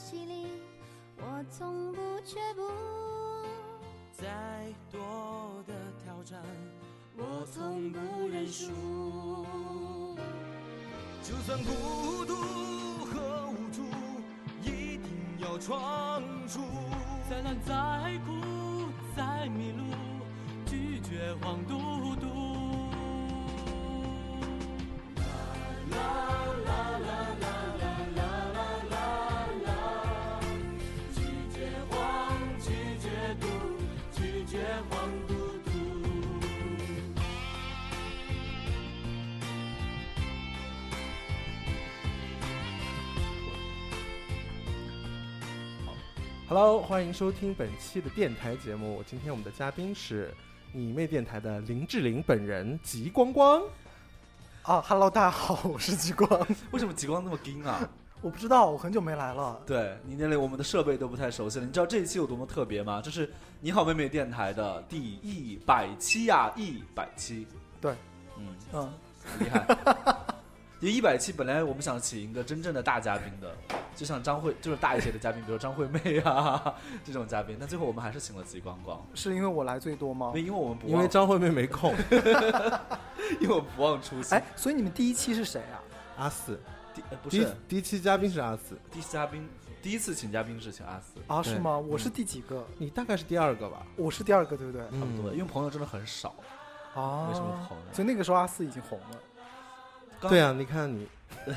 洗礼，我从不却步。 再多的挑战，我从不认输。就算孤独和无助，一定要闯出。再难再苦再迷路，拒绝黄嘟嘟。啦啦啦啦啦啦啦啦啦，拒绝黄，拒绝嘟，拒绝黄嘟嘟。 Hello， 欢迎收听本期的电台节目。今天我们的嘉宾是你妹电台的林志玲本人极光光。 Hello， 大家好，我是极光。 为什么极光那么硬啊？ 我不知道，我很久没来了。 对，你连我们的设备都不太熟悉了。你知道这一期有多么特别吗？这是你好妹妹电台的第100期呀，100期。 对， 厉害。因为100期本来我们想请一个真正的大嘉宾的，就像张惠，就是大一些的嘉宾，比如张惠妹啊这种嘉宾，但最后我们还是请了极光光。 是因为我来最多吗？ 因为我们不忘， 因为张惠妹没空， 因为我们不忘初心。 所以你们第一期是谁啊？ 阿四。 不是第一期嘉宾是阿四， 第一次请嘉宾是请阿四啊？是吗？我是第几个？ 你大概是第2个吧？ 我是第2个，对不对？ 差不多，因为朋友真的很少啊， 没什么朋友， 所以那个时候阿四已经红了。 对啊，你看你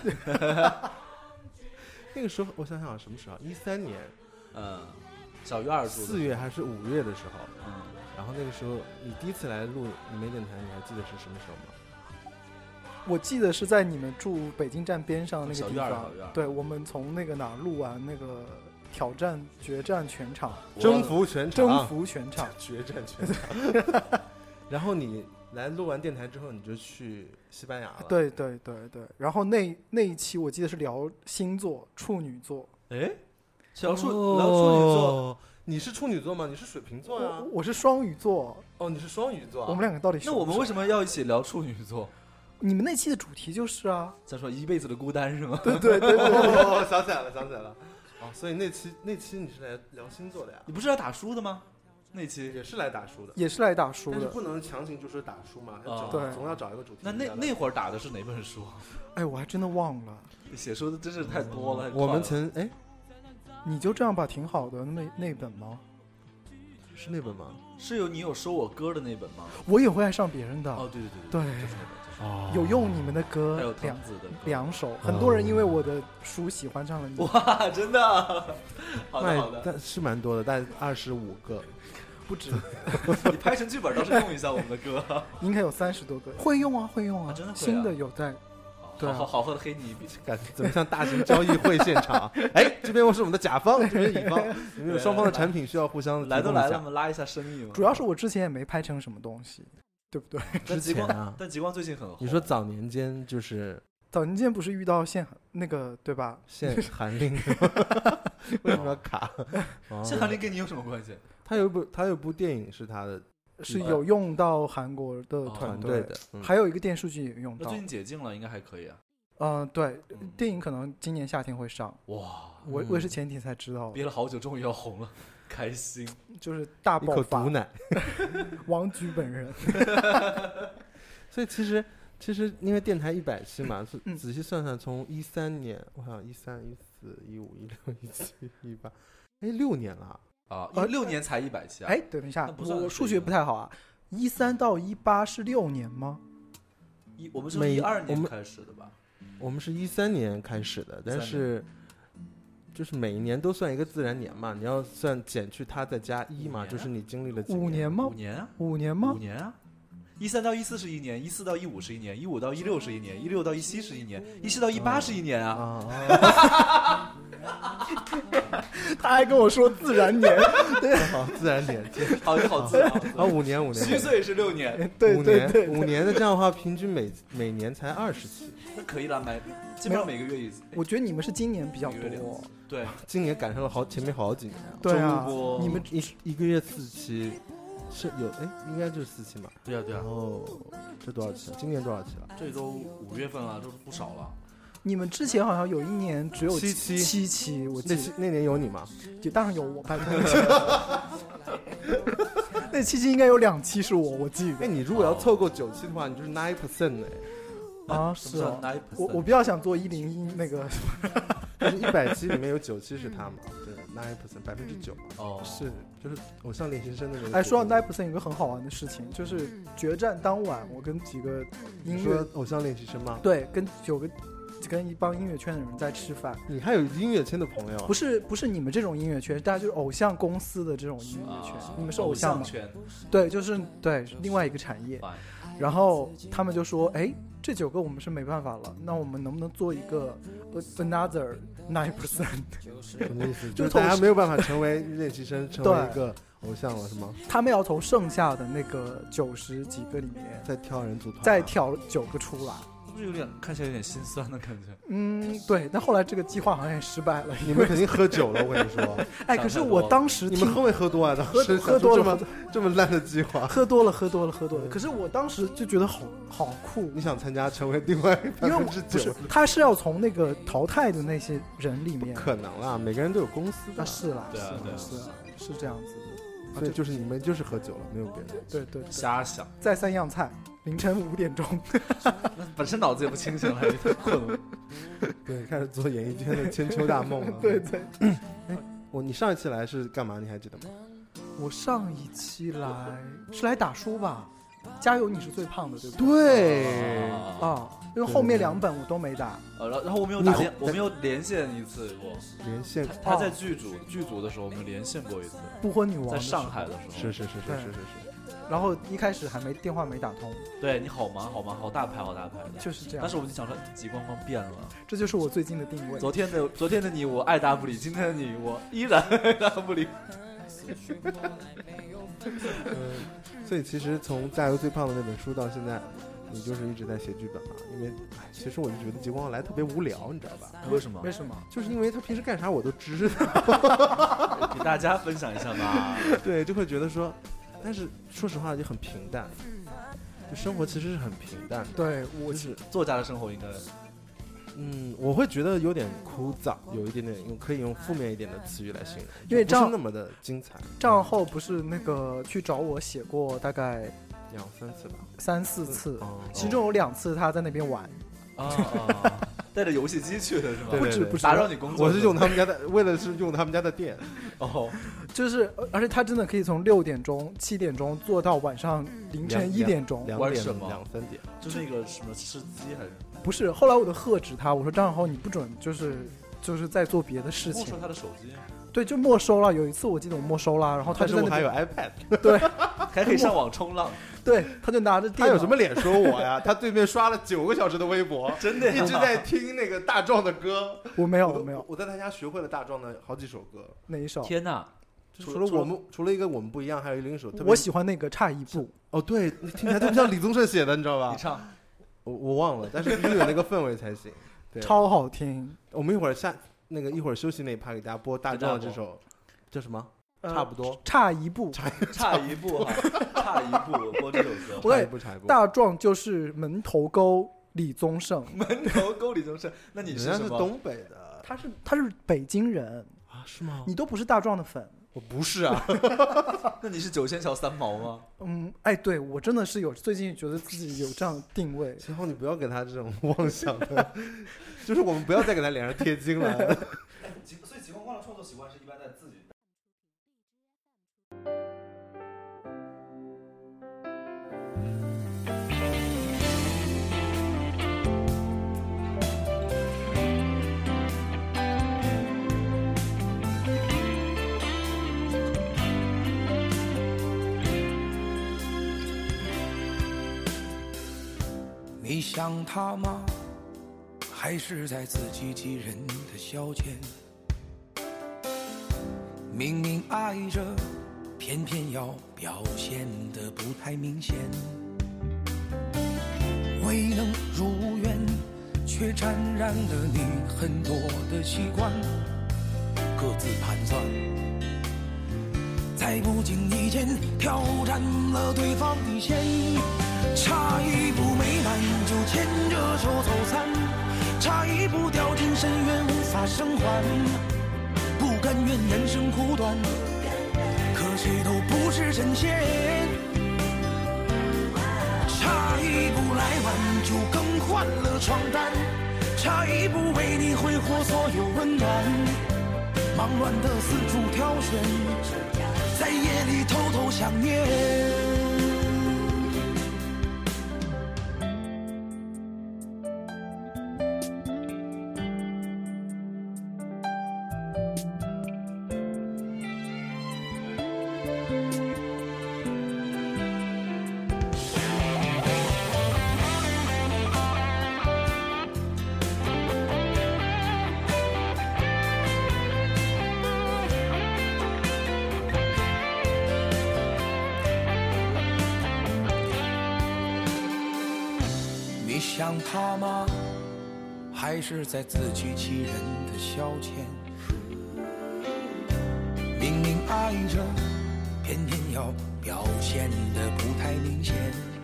那个时候，我想想什么时候？13年， 小鱼儿 4月还是5月的时候，然后那个时候你第一次来录你妹电台，你还记得是什么时候吗？ 我记得是在你们住北京站边上那个地方，对，我们从那个哪儿录完那个挑战决战全场， 征服全场， 决战全场。然后你来录完电台之后，你就去西班牙了。 对。然后那一期我记得是聊星座，处女座。 聊处女座， 你是处女座吗？你是水瓶座啊？ 我是双鱼座。 哦，你是双鱼座。 我们两个到底是？ 那我们为什么要一起聊处女座？ 你们那期的主题就是啊， 在说一辈子的孤单是吗？ 对。 想起来了。哦，所以那期你是来聊星座的呀？ 你不是来打书的吗？那期也是来打书的，但是不能强行就说打书嘛， 对， 总要找一个主题。 那会儿打的是哪本书？ 我还真的忘了。 写书的真是太多了。 我们你就这样吧，挺好的。那本吗？ 是那本吗？ 是你有收我歌的那本吗？ 我也会爱上别人的。 哦，对， 就是那本。有用你们的歌， 还有藤子的 2首，很多人因为我的书喜欢上了你。 哇，真的？好的， 但是蛮多的，大概25个， 不止。 你拍成剧本倒是用一下我们的歌， 应该有30多个。会用啊， 真的会啊。 新的有在。对， 好喝的黑你一笔， 感觉怎么像大型交易会现场？这边我是我们的甲方，这边是乙方，你们有双方的产品需要互相来都来了，我们拉一下生意嘛。 主要是我之前也没拍成什么东西。对不对？ 但极光最近很红。 你说早年间不是遇到那个对吧？ 限韩令，为什么要卡？ 限韩令跟你有什么关系？ 他有部电影是他的， 是有用到韩国的团队的， 还有一个电视剧也用到。 最近解禁了，应该还可以啊。 对，电影可能今年夏天会上。 哇， 我也是前几天才知道， 憋了好久，终于要红了。开心， 就是大爆发， 一口毒奶， 王菊本人。 所以其实因为电台100期嘛，仔细算算，从13年，我想13、14、15、16、17、18，6年了啊！6年才100期啊！ 等一下，我数学不太好啊。13到18是6年吗？ 我们是12年开始的吧？ 我们是13年开始的，但是。就是每一年都算一个自然年嘛，你要算减去它再加1嘛，就是你经历了几年？ 5年吗？5年吗？ 5年啊！13到14是1年，14到15是1年，15到16是1年，16到17是1年，17到18是1年啊！ 他还跟我说自然年， 好自然年， 好自然。 5年， 虚岁是6年， 对 ，5年的这样的话，平均每年才20期， 那可以了，基本上每个月一次。 我觉得你们是今年比较多， 对， 今年赶上了前面好几年。 对啊， 你们一个月4期，是有应该就是4期嘛？ 对啊。 然后这多少期？今年多少期了？ 这都5月份了，都不少了。 你们之前好像有一年只有 7 期，我记得那年有你吗？ 就当然有我，拜托。那7期应该有2期是我记得。 哎，你如果要凑够9期的话，你就是 9% 哎。 啊，是啊， 9% 我比较想做101那个， 就是100期里面有9期是他嘛，对 9% 9%嘛。 哦， 是就是偶像练习生的那个。 哎，说到 9% 有个很好玩的事情，就是决战当晚，我跟几个音乐偶像练习生吗？ 对，跟一帮音乐圈的人在吃饭。 你还有音乐圈的朋友啊？ 不是你们这种音乐圈，大家就是偶像公司的这种音乐圈。你们是偶像吗？ 圈， 对，就是对另外一个产业。然后他们就说：“哎，这9个我们是没办法了，那我们能不能做一个 another 9%？” 什么意思？就是大家没有办法成为练习生，成为一个偶像了，是吗？ 他们要从剩下的那个90几个里面再挑人组团， 再挑9个出来。 是不是有点看起来有点心酸的感觉？ 嗯，对。但后来这个计划好像也失败了。 你们肯定喝酒了，我跟你说。 哎，可是我当时你们喝没喝多啊？ 喝多了， 这么烂的计划。 喝多了。可是我当时就觉得好酷。 你想参加成为另外9%？ 不是，他是要从那个淘汰的那些人里面。 不可能啦，每个人都有公司的。 是啦， 对啊， 是这样子的。 所以就是你们就是喝酒了，没有别人。对， 瞎想。 再3样菜，凌晨5点钟。 那本身脑子也不清醒了，还有点困了。 对，开始做演艺圈的千秋大梦了。 对。 哎，你上一期来是干嘛？你还记得吗？ 我上一期来是来打书吧？加油，你是最胖的，对不对？ 对啊，因为后面2本我都没打。 然后我们有连线一次过。 连线？ 他在剧组的时候，我们连线过一次。 不婚女王在上海的时候。 是。 然后一开始电话没打通。 对，你好忙，好大牌的。 就是这样。 但是我就想说，极光光变了。 这就是我最近的定位。 昨天的你我爱答不理，今天的你我依然爱答不理。 所以其实从加油最胖的那本书到现在，你就是一直在写剧本嘛？因为其实我就觉得极光来特别无聊，你知道吧？ 为什么？ 就是因为他平时干啥我都知道。 给大家分享一下吧。 对，就会觉得说，但是说实话就很平淡，就生活其实是很平淡的。 对， 我是作家的生活应该。 我会觉得有点枯燥，有一点点可以用负面一点的词语来形容， 因为不是那么的精彩。 账后不是那个去找我写过大概 2-3次吧 ，3-4次，其中有2次他在那边玩。 带着游戏机去的是吗？ 不止打扰你工作。 我是用他们家的，为了是用他们家的店。 就是而且他真的可以从6点钟、7点钟做到晚上凌晨1点钟。 2点、2-3点， 就是那个什么吃鸡还是？ 不是，后来我就喝止他，我说张小厚你不准就是在做别的事情。 没收他的手机。 对，就没收了。有一次我记得我没收了，然后他就在那还有 iPad， 对， 还可以上网冲浪。 对，他就拿着电脑。 他有什么脸说我呀？他对面刷了9个小时的微博， 真的一直在听那个大壮的歌。 我没有， 我在他家学会了大壮的好几首歌。 哪一首？ 天哪！ 除了一个我们不一样，还有另一首。 我喜欢那个差一步。 哦，对，听起来特别像李宗盛写的，你知道吧？ 你唱。 我忘了，但是必须有那个氛围才行。对， 超好听。 我们一会儿休息那一趴给大家播大壮的这首，叫什么？差不多。 差一步。 差一步哈，差一步播这首歌。 差一步。 大壮就是门头沟李宗盛。 门头沟李宗盛，那你是什么？ 人家是东北的。 他是北京人啊？是吗？ 你都不是大壮的粉。 我不是啊。 那你是9仙桥3毛吗？ 哎，对，我真的是最近觉得自己有这样的定位。 秦昊，你不要给他这种妄想的，就是我们不要再给他脸上贴金了。 所以极光光的创作习惯是一般在自己。 你想他吗？还是在自欺欺人的消遣？明明爱着，偏偏要表现得不太明显。未能如愿，却沾染了你很多的习惯，各自盘算，在不经意间挑战了对方底线。差一步没难就牵着手走散， 差一步掉进深渊无法生还，不甘愿人生苦短，可谁都不是神仙。差一步来晚就更换了床单，差一步为你挥霍所有温暖，忙乱的四处挑选，在夜里偷偷想念。你想他吗？还是在自欺欺人的消遣？明明爱着，偏偏要表现得不太明显。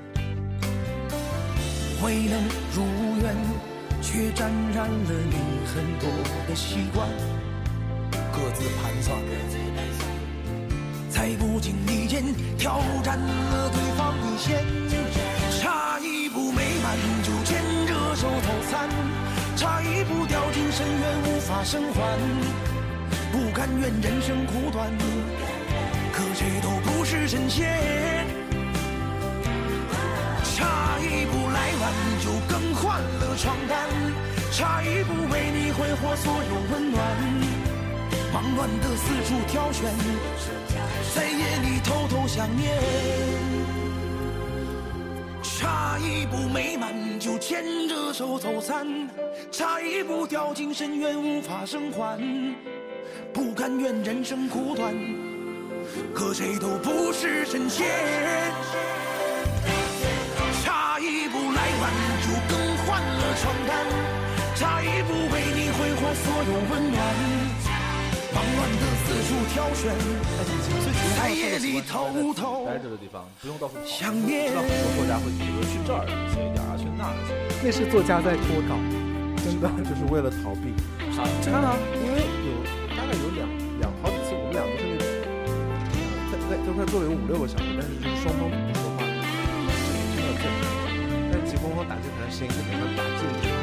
未能如愿，却沾染了你很多的习惯。各自盘算，在不经意间挑战了对方底线。差一步美满就牵着手走散，差一步掉进深渊无法生还，不甘愿人生苦短，可谁都不是神仙。差一步来晚就更换了床单，差一步为你挥霍所有温暖，忙乱的四处挑选，在夜里偷偷想念。差一步美满就牵着手走散，差一步掉进深渊无法生还，不甘愿人生苦短，可谁都不是神仙。差一步来晚就更换了床单，差一步为你挥霍所有温暖，忙乱的四处挑选，在夜里偷偷待着的地方，不用到处跑。 想念。 知道很多作家会比如去这儿写一点啊，去那儿写一点。 那是作家在脱稿，真的。 就是为了逃避。 真的啊， 因为大概有好几次，我们俩都是那种，在就快坐了有5-6个小时，但是就是双方不说话，真的对。但是吉光光打键盘的声音就跟他打进去，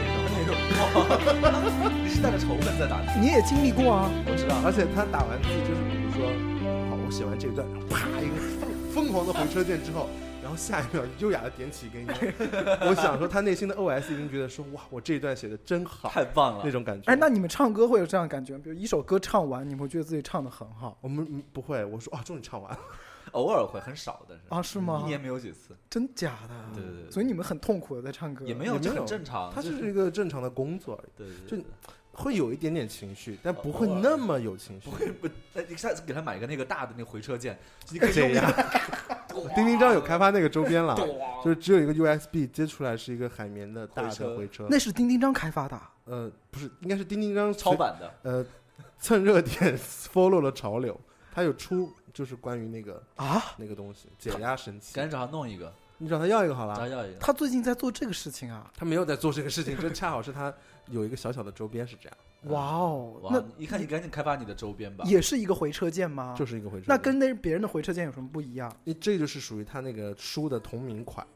你是带着仇恨在打字， 你也经历过啊， 我知道。 而且他打完字就是比如说，好，我写完这一段，啪一个疯狂的回车键之后，然后下一秒优雅的点起一根烟。我想说他内心的 OS 已经觉得说，哇，我这一段写的真好， 太棒了那种感觉。 哎，那你们唱歌会有这样的感觉吗？比如一首歌唱完，你们会觉得自己唱得很好我们不会，我说终于唱完了。 偶尔会，很少，但是啊？是吗？ 一年没有几次。 真假的？ 对对对。 所以你们很痛苦的在唱歌？ 也没有，这很正常。 它是一个正常的工作而已。 对对。 就会有一点点情绪，但不会那么有情绪。 不，你下次给他买一个那个大的那个回车键，你可以这样。丁丁章有开发那个周边了，就是只有一个 USB 接出来是一个海绵的大的回车。 那是丁丁章开发的？ 不是，应该是丁丁章超版的。 蹭热点 follow 了潮流，他有出就是关于那个那个东西解压神器， 赶紧找他弄一个。 你找他要一个好了。 找他要一个。 他最近在做这个事情啊？ 他没有在做这个事情，这恰好是他有一个小小的周边是这样。 哇哦， 那一看你赶紧开发你的周边吧。 也是一个回车键吗？ 就是一个回车键。 那跟那别人的回车键有什么不一样？ 这就是属于他那个书的同名款。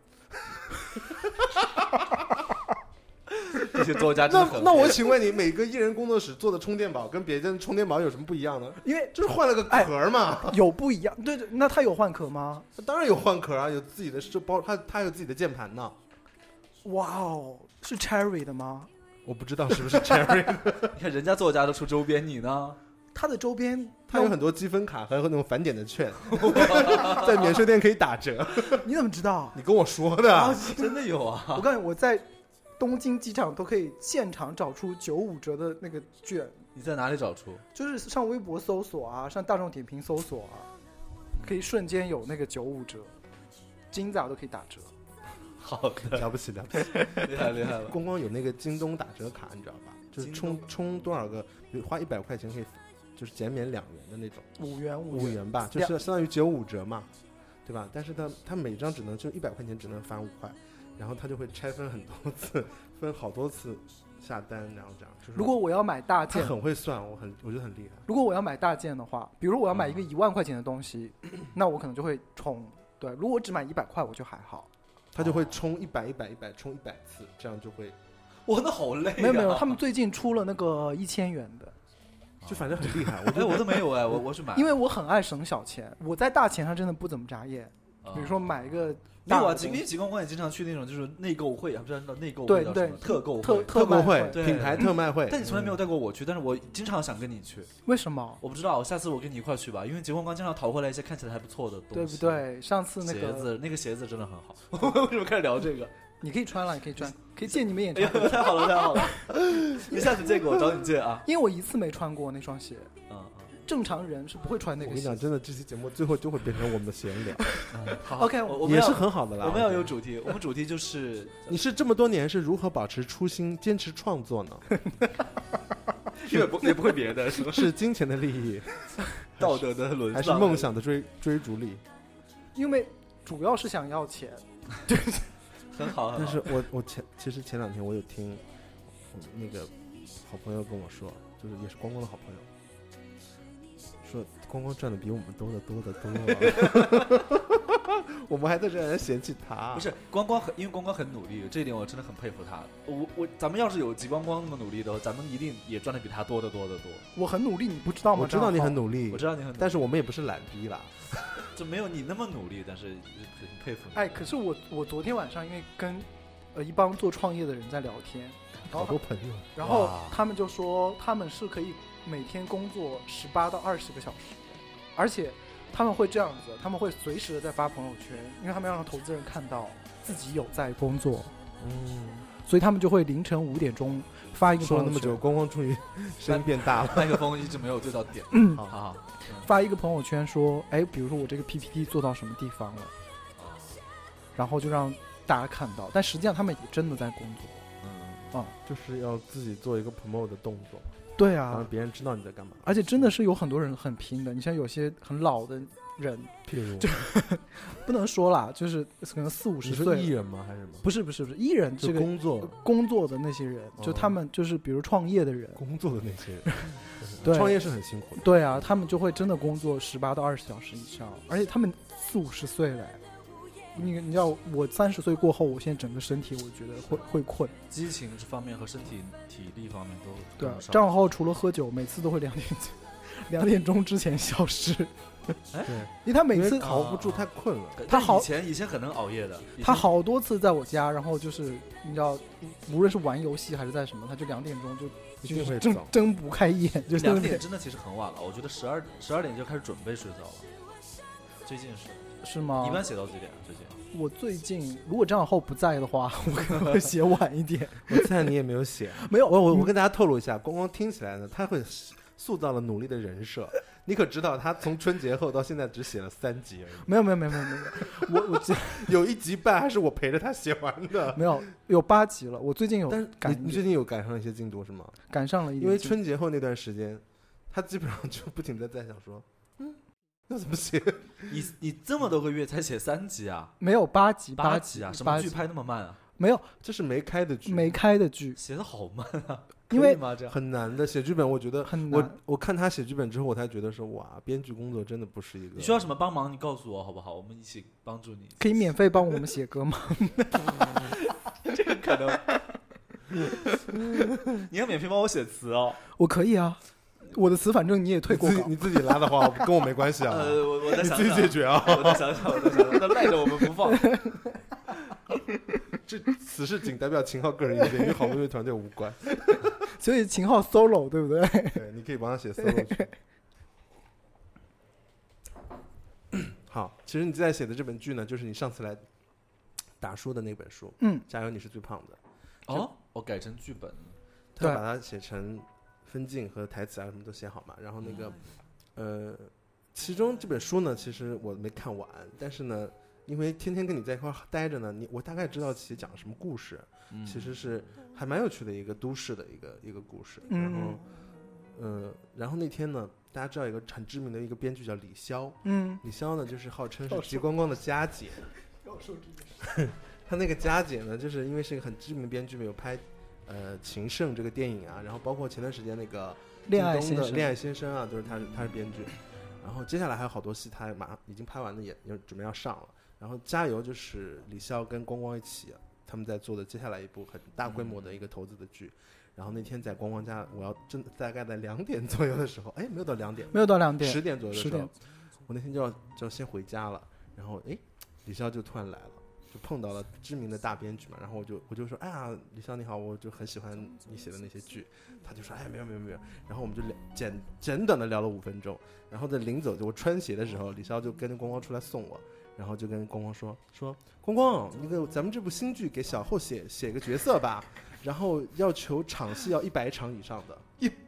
这些作家真的很那我请问你，每个艺人工作室做的充电宝跟别人充电宝有什么不一样呢？ 因为就是换了个壳嘛。 有不一样？对，那他有换壳吗？ 当然有换壳啊，有自己的包，他有自己的键盘呢。 哇哦，是 Cherry 的吗？ 我不知道是不是 Cherry 的。 你看人家作家都出周边，你呢？ 他的周边， 他有很多积分卡，还有那种返点的券，在免税店可以打折。 你怎么知道？ 你跟我说的。 真的有啊！ 我告诉你，我在东京机场都可以现场找出95折的那个券。 你在哪里找出？ 就是上微博搜索啊，上大众点评搜索啊，可以瞬间有那个95折，金子都可以打折。 好的， 了不起，厉害厉害了！ 光有那个京东打折卡，你知道吧？就是充多少个，比如花100块钱可以，就是减免2元的那种。5元吧，就是相当于95折嘛，对吧？但是它每张只能就100块钱只能返5块，然后它就会拆分很多次，分好多次下单，然后这样。就是如果我要买大他件， 很会算，我觉得很厉害。 如果我要买大件的话，比如我要买一个1万块钱的东西，那我可能就会充。对，如果我只买100块，我就还好。 他就会充100充100次，这样就会哇，那好累、啊。 没有，他们最近出了那个1000元的， 就反正很厉害。我觉哎， 得我都没有哎，我去买。 因为我很爱省小钱，我在大钱上真的不怎么眨眼。比如说买一个没有啊， 因因为极光光也经常去那种就是内购会，不知道内购对对特购会、 特购会、 对品牌特卖会。 但你从来没有带过我去，但是我经常想跟你去。 为什么？ 我不知道，下次我跟你一块去吧，因为极光光经常淘回来一些看起来还不错的东西， 对不对？上次那个鞋子真的很好。我们为什么开始聊这个？ 你可以穿了，你可以穿，可以借你们演唱会。太好了，太好了！你下次借给我，找你借啊。 因为我一次没穿过那双鞋。正常人是不会穿那个鞋。 我跟你讲，真的，这期节目最后就会变成我们的闲聊。 OK， 也是很好的啦。 我们要有主题，我们主题就是你是这么多年是如何保持初心、坚持创作呢？ 也不会别的，是吧？ 是金钱的利益、 道德的沦丧， 还是梦想的追逐力？ 因为主要是想要钱， 很好。 但是我其实前2天我有听那个好朋友跟我说，就是也是光光的好朋友。说光光赚的比我们多得多，我们还在这让人嫌弃他。 不是光光因为光光很努力，这一点我真的很佩服他。咱们要是有极光光那么努力的话，咱们一定也赚的比他多得多。 我很努力，你不知道吗？ 我知道你很努力， 我知道你很努力， 但是我们也不是懒逼啦， 就没有你那么努力，但是很佩服你。 哎，可是我昨天晚上因为跟一帮做创业的人在聊天， 好多朋友， 然后他们就说他们是可以每天工作18到20个小时，而且他们会这样子，他们会随时的在发朋友圈，因为他们要让投资人看到自己有在工作。所以他们就会凌晨5点钟发一个朋友圈。 说了那么久，光光终于声音变大了， 麦克风一直没有对到点。好， 发一个朋友圈说，哎，比如说我这个 PPT 做到什么地方了，然后就让大家看到，但实际上他们也真的在工作。 就是要自己做一个 promote 的动作。 对啊， 让别人知道你在干嘛。 而且真的是有很多人很拼的，你像有些很老的人， 譬如就不能说啦，就是可能40-50岁。 你说艺人吗？还是什么？ 不是艺人，这个工作的那些人，就他们就是比如创业的人， 工作的那些人， 对， 创业是很辛苦的。 对啊，他们就会真的工作18到20小时以上，而且他们40-50岁了。你知道我30岁过后，我现在整个身体我觉得会困， 激情这方面和身体体力方面都对啊。账号除了喝酒，每次都会2点钟之前消失。 对， 因为他每次熬不住，太困了。 他以前很能熬夜的， 他好多次在我家，然后就是你知道，无论是玩游戏还是在什么，他就2点钟就睁不开眼，就 2点真的其实很晚了。我觉得12点就开始准备睡觉了。最近是吗？ 你一般写到几点？最近我最近如果账号不在的话，我可能会写晚一点。 我猜你也没有写， 没有。 我跟大家透露一下，光光听起来呢，他会塑造了努力的人设。你可知道他从春节后到现在只写了3集而已？ 没有，我有1集半还是我陪着他写完的。 没有，有8集了。我最近有， 但你最近有赶上一些进度是吗？ 赶上了一点， 因为春节后那段时间，他基本上就不停的在想说，要怎么写？ 你这么多个月才写3集啊？ 没有8集啊？什么剧拍那么慢啊？ 没有， 这是没开的剧， 写的好慢啊。 因为很难的写剧本，我觉得很难。 我看他写剧本之后，我才觉得说哇，编剧工作真的不是一个。 你需要什么帮忙？你告诉我好不好？我们一起帮助你。 可以免费帮我们写歌吗？ 这个可能。你要免费帮我写词哦？ 我可以啊，我的词反正你也退过稿， 你自己拉的话跟我没关系啊。 我再想想， 你自己解决啊。 我再想想，那赖着我们不放。 这此事仅代表秦昊个人意见，与好妹妹团队无关。 所以秦昊 solo 对不对？ 对，你可以帮他写 solo 曲。好，其实你在写的这本剧呢，就是你上次来打书的那本书。加油，你是最胖的。 哦，我改成剧本， 他把它写成分镜和台词啊什么都写好嘛。然后那个其中这本书呢，其实我没看完，但是呢。因为天天跟你在一块待着呢，我大概知道其实讲什么故事，其实是还蛮有趣的一个都市的一个故事。然后那天呢，大家知道一个很知名的一个编剧叫李潇，李潇呢就是号称是极光光的佳姐。他那个佳姐呢，就是因为是一个很知名的编剧，有拍情圣这个电影啊，然后包括前段时间那个恋爱先生， 京东的恋爱先生啊，都是他是编剧。然后接下来还有好多戏，他马上已经拍完了，也准备要上了。然后加油就是李潇跟光光一起，他们在做的接下来一部很大规模的一个投资的剧。然后那天在光光家，我要大概在2点左右的时候，没有到2点，10点左右的时候，我那天就要先回家了。然后李潇就突然来了。就碰到了知名的大编剧嘛，然后我就说，哎呀，李潇你好，我就很喜欢你写的那些剧。他就说，哎，没有。然后我们就简短的聊了5分钟。然后在临走，就我穿鞋的时候，李潇就跟着光光出来送我，然后就跟光光说，光光，那个咱们这部新剧给小后写个角色吧，然后要求场戏要100场以上的。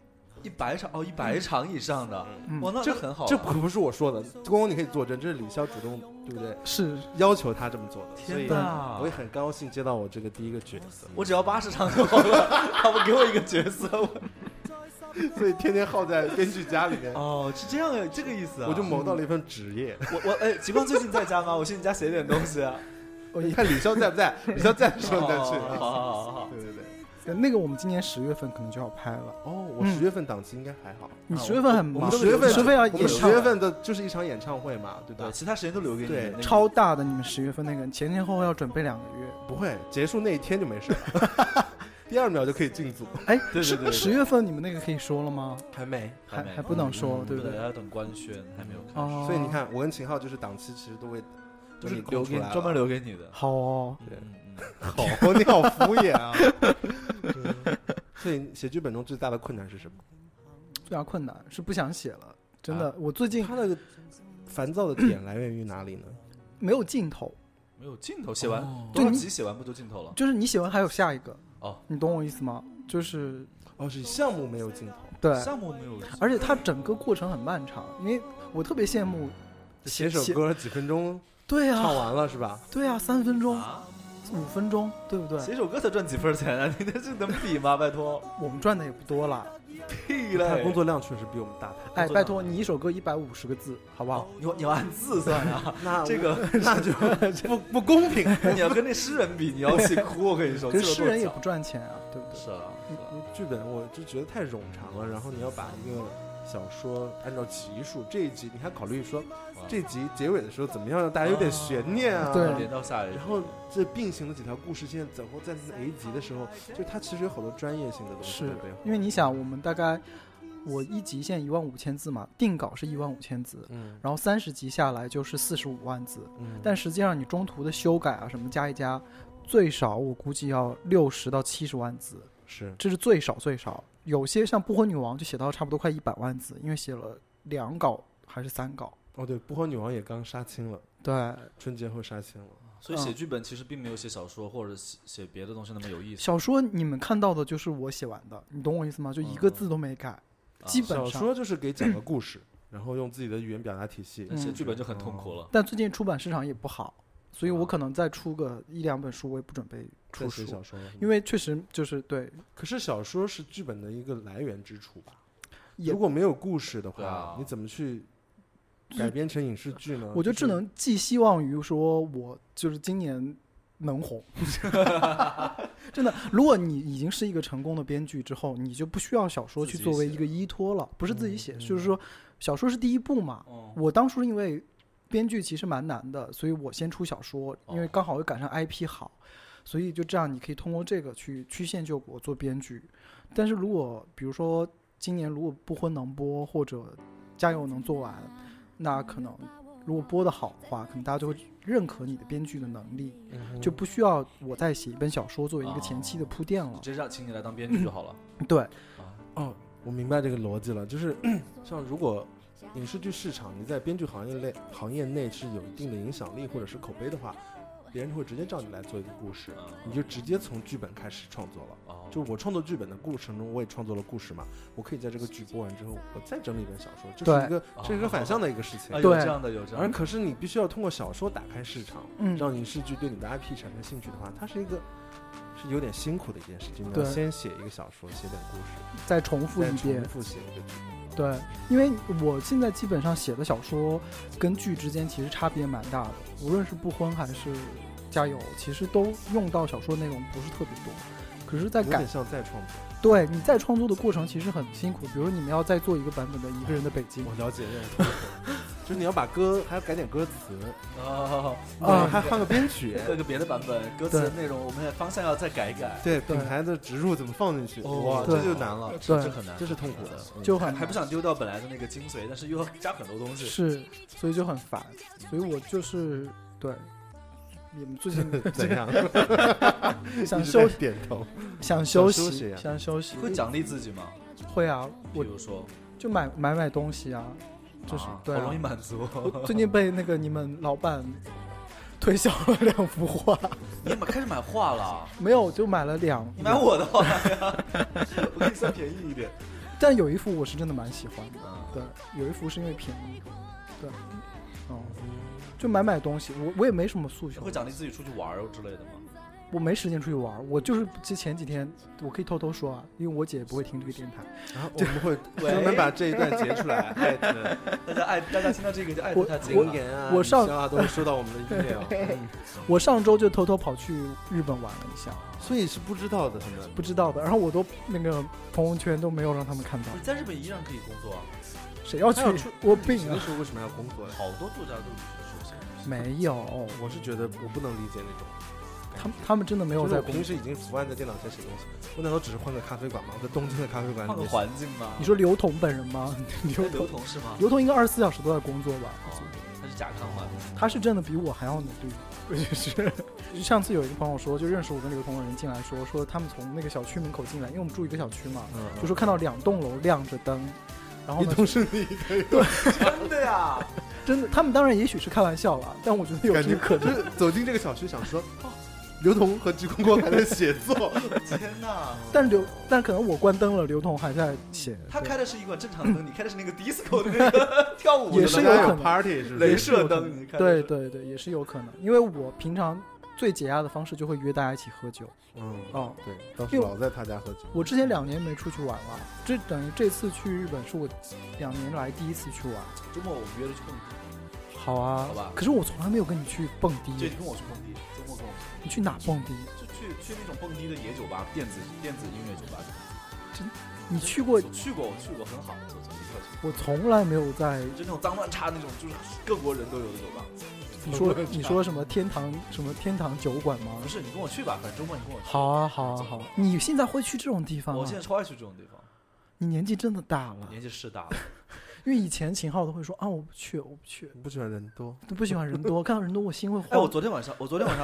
100场100场以上的，哇，那这很好。 这不是我说的，光光你可以作证，这是李潇主动，对不对？ 是要求他这么做的。 天哪， 我也很高兴接到我这个第一个角色。 我只要80场就好了，他们给我一个角色， 所以天天耗在编剧家里面。 哦，是这样，这个意思啊。 我就谋到了一份职业。 我极光最近在家吗？我去你家写点东西啊。 我看李潇在不在？李潇在的时候你再去。 好。 对， 那个我们今年10月份可能就要拍了。 我10月份档期应该还好。 你10月份很忙， 我们10月份要演唱，10月份的就是一场演唱会嘛，对吧？ 对，其他时间都留给你。 对， 超大的，你们10月份那个前后要准备2个月。 不会，结束那一天就没事了。第2秒就可以进组。 对 10月份你们那个可以说了吗？ 还没， 还不能说，对不对？ 要等官宣，还没有开始。 所以你看，我跟秦昊就是档期其实都会就是专门留给你的。 好哦， 对，好，你好敷衍啊。所以写剧本中最大的困难是什么？ 最大困难是不想写了，真的。我最近他的烦躁的点来源于哪里呢？ 没有尽头。 没有尽头，写完多少集写完不就尽头了？ 就是你写完还有下一个。 你懂我意思吗？就是是项目没有尽头。 对， 项目没有尽头， 而且它整个过程很漫长。因为我特别羡慕写首歌几分钟， 对啊， 唱完了是吧？ 对啊，3分钟。5分钟，对不对？ 写首歌才赚几分钱啊？你这能比吗？拜托， 我们赚的也不多啦。 屁嘞！ 他工作量确实比我们大。 拜托，你一首歌150个字，好不好？ 你要按字算啊。 那这个那就不公平。 你要跟那诗人比，你要气哭。我跟你说， 可是诗人也不赚钱啊，对不对？ 是啊。 剧本我就觉得太冗长了，然后你要把一个小说按照集数，这一集你还考虑说这集结尾的时候怎么样让大家有点悬念啊？ 对， 连到下一集。 然后这并行的几条故事线，怎么在哪一集的时候，就它其实有好多专业性的东西在背后。 因为你想，我们大概我1集现在15000字嘛，定稿是15000字，然后30集下来就是45万字，但实际上你中途的修改啊什么加一加，最少我估计要60到70万字，这是最少。有些像不婚女王就写到差不多快100万字，因为写了2稿还是3稿。 对，不婚女王也刚杀青了， 对， 春节后杀青了。 所以写剧本其实并没有写小说或者写别的东西那么有意思。 小说你们看到的就是我写完的，你懂我意思吗？就一个字都没改，基本上。 小说就是给讲个故事，然后用自己的语言表达体系。 写剧本就很痛苦了。 但最近出版市场也不好，所以我可能再出个1-2本书，我也不准备出书。 小说， 因为确实就是对。 可是小说是剧本的一个来源之处吧？如果没有故事的话，你怎么去改编成影视剧呢？ 我就只能寄希望于说我就是今年能红。真的，如果你已经是一个成功的编剧之后，你就不需要小说去作为一个依托了。不是自己写，就是说小说是第一步嘛。我当初因为编剧其实蛮难的，所以我先出小说，因为刚好又赶上 IP 好，所以就这样你可以通过这个去曲线救国做编剧。但是如果比如说今年如果不婚能播或者加油能做完，那可能如果播得好的话，可能大家就会认可你的编剧的能力，就不需要我再写一本小说作为一个前期的铺垫了， 直接让请你来当编剧就好了。 对， 我明白这个逻辑了，就是像如果影视剧市场你在编剧行业内是有一定的影响力或者是口碑的话，别人就会直接找你来做一个故事，你就直接从剧本开始创作了。就我创作剧本的过程中，我也创作了故事嘛，我可以在这个剧播完之后，我再整理一本小说，这是一个反向的一个事情。 有这样的。 而可是你必须要通过小说打开市场，让影视剧对你的 IP 产生兴趣的话，它是有点辛苦的一件事情。你要先写一个小说，写点故事， 再重复一遍， 重复写一个剧。 对，因为我现在基本上写的小说跟剧之间其实差别蛮大的，无论是不婚还是加油，其实都用到小说内容不是特别多。可可是，在改有点像再创作。 对你在创作的过程其实很辛苦，比如你们要再做一个版本的一个人的北京， 我了解这种痛苦，就是你要把歌还要改点歌词，还换个编曲， 换个别的版本，歌词的内容我们的方向要再改一改。 对，品牌的植入怎么放进去？哇，这就难了， 对， 这很难， 这是痛苦的， 就很还不想丢掉本来的那个精髓，但是又要加很多东西， 是，所以就很烦。所以我就是对。你们最近怎样？ 想休息， 点头， 想休息，想休息。 会奖励自己吗？ 会啊， 比如说就买东西啊，就是对， 好容易满足。 最近被那个你们老板推销了2幅画。 你开始买画了？ 没有，就买了2。 你买我的画呀？我给你算便宜一点。 但有一幅我是真的蛮喜欢的，对，有一幅是因为便宜，对，就买东西，我也没什么诉求。 会奖励自己出去玩之类的吗？ 我没时间出去玩，我就是前几天，我可以偷偷说啊，因为我姐不会听这个电台， 然后我们会专门把这一段截出来，艾特大家听到这个就艾特他经言啊， 我上都会收到我们的 email。 我上周就偷偷跑去日本玩了一下， 所以是不知道的，他们不知道的，然后我都那个朋友圈都没有让他们看到。 你在日本依然可以工作啊？ 谁要去？我病那时候为什么要工作？ 好多作家都是说没有， 我是觉得我不能理解那种。 他们真的没有在平时已经伏案在电脑前写东西，我难道只是换个咖啡馆吗？我在东京的咖啡馆里面换个环境吗？ 你说刘同本人吗？ 刘同是吗？ 刘同应该24小时都在工作吧？ 他是甲亢吗？ 他是真的比我还要努力。就是上次有一个朋友说，就认识我跟刘同的人进来说他们从那个小区门口进来，因为我们住一个小区嘛，就说看到2栋楼亮着灯，然后呢都是你的， 对， 真的呀， 真的。他们当然也许是开玩笑了，但我觉得有这个可能。 就是走进这个小区，想说刘同和鞠光光还在写作， 天哪！ 但可能我关灯了，刘同还在写。 他开的是一个正常灯，你开的是那个 disco 的那个跳舞的， 也是有可能 party 是镭射灯， 对，也是有可能。因为我平常最解压的方式就会约大家一起喝酒。 对，当时老在他家喝酒。 我之前2年没出去玩了，这等于这次去日本是我2年来第一次去玩。 周末我们约着去蹦迪。 好啊， 好吧。 可是我从来没有跟你去蹦迪。 对，你跟我去蹦迪，周末跟我去。 你去哪蹦迪？ 就去那种蹦迪的野酒吧，电子音乐酒吧。 真，你去过？ 我去过，很好，走一块去。 我从来没有在， 就那种脏乱差那种，就是各国人都有的酒吧。 你说什么天堂酒馆吗？ 不是，你跟我去吧，反正周末你跟我去。 好啊，你现在会去这种地方吗？ 我现在超爱去这种地方。 你年纪真的大了。 年纪是大了。 因为以前秦昊都会说啊，我不去， 不喜欢人多， 不喜欢人多，看到人多我心会慌。 我昨天晚上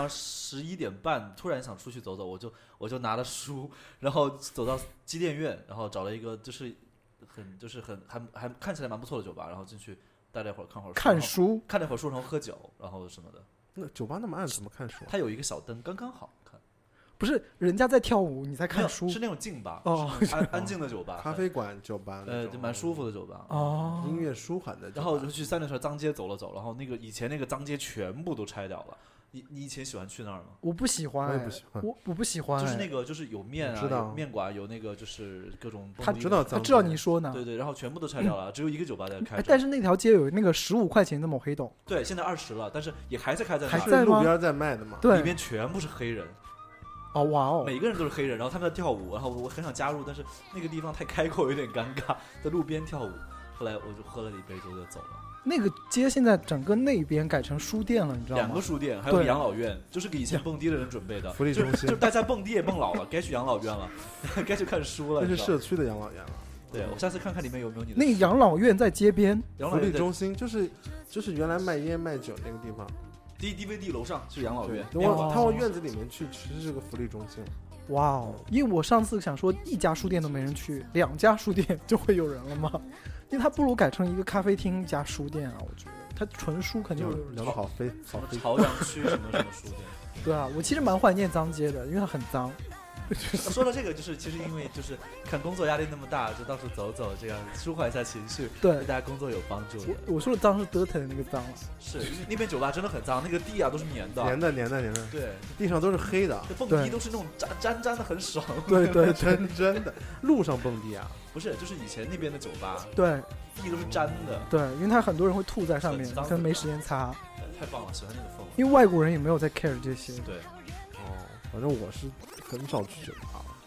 11点半突然想出去走走，我就拿了书，然后走到机电院，然后找了一个就是还看起来蛮不错的酒吧，然后进去待了一会儿，看会儿书，看了一会儿书，然后喝酒，然后什么的。 那酒吧那么暗，怎么看书？ 它有一个小灯，刚刚好看。 不是人家在跳舞，你在看书， 是那种静吧？安静的酒吧， 咖啡馆酒吧， 就蛮舒服的酒吧。 音乐舒缓的。 然后我就去三里屯脏街走了走，然后以前那个脏街全部都拆掉了。你以前喜欢去那儿吗？ 我不喜欢， 我也不喜欢， 我不喜欢。 就是那个就是有面啊，有面馆，有那个就是各种。 他知道你说呢。 对，然后全部都拆掉了，只有一个酒吧在开。 但是那条街有那个15块钱的抹黑豆。 对，现在20了，但是也还在开在那。 还在吗？ 路边在卖的嘛。 对， 里面全部是黑人。 哇哦！ 每个人都是黑人，然后他们在跳舞，然后我很想加入，但是那个地方太开阔，有点尴尬，在路边跳舞。后来我就喝了一杯酒就走了。 那个街现在整个那边改成书店了，你知道吗？2 个书店，还有养老院，就是给以前蹦迪的人准备的福利中心。 就是大家蹦迪也蹦老了，该去养老院了，该去看书了。 那是社区的养老院了。 对，我下次看看里面有没有你的。 那个养老院在街边， 福利中心就是原来卖烟卖酒那个地方。 DVD 楼上是养老院， 他往院子里面去，其实是个福利中心。 哇哦！因为我上次想说1家书店都没人去，2家书店就会有人了吗？因为他不如改成一个咖啡厅加书店啊，我觉得他纯书肯定有人。 聊得好飞， 朝阳区什么书店？ 对啊，我其实蛮怀念脏街的，因为它很脏。 说到这个，就是其实因为就是看工作压力那么大，就到处走走，这样舒缓一下情绪， 对大家工作有帮助。 我说的脏是 dirty 的那个脏了， 是因为那边酒吧真的很脏，那个地啊都是粘的，对， 地上都是黑的， 蹦迪都是那种沾的很爽， 对，真的，路上蹦迪啊， 不是，就是以前那边的酒吧， 对， 地都是沾的， 对，因为他很多人会吐在上面，可能没时间擦， 太棒了，喜欢那个氛围。 因为外国人也没有在 care 这些， 对， 反正我是很少去酒吧了。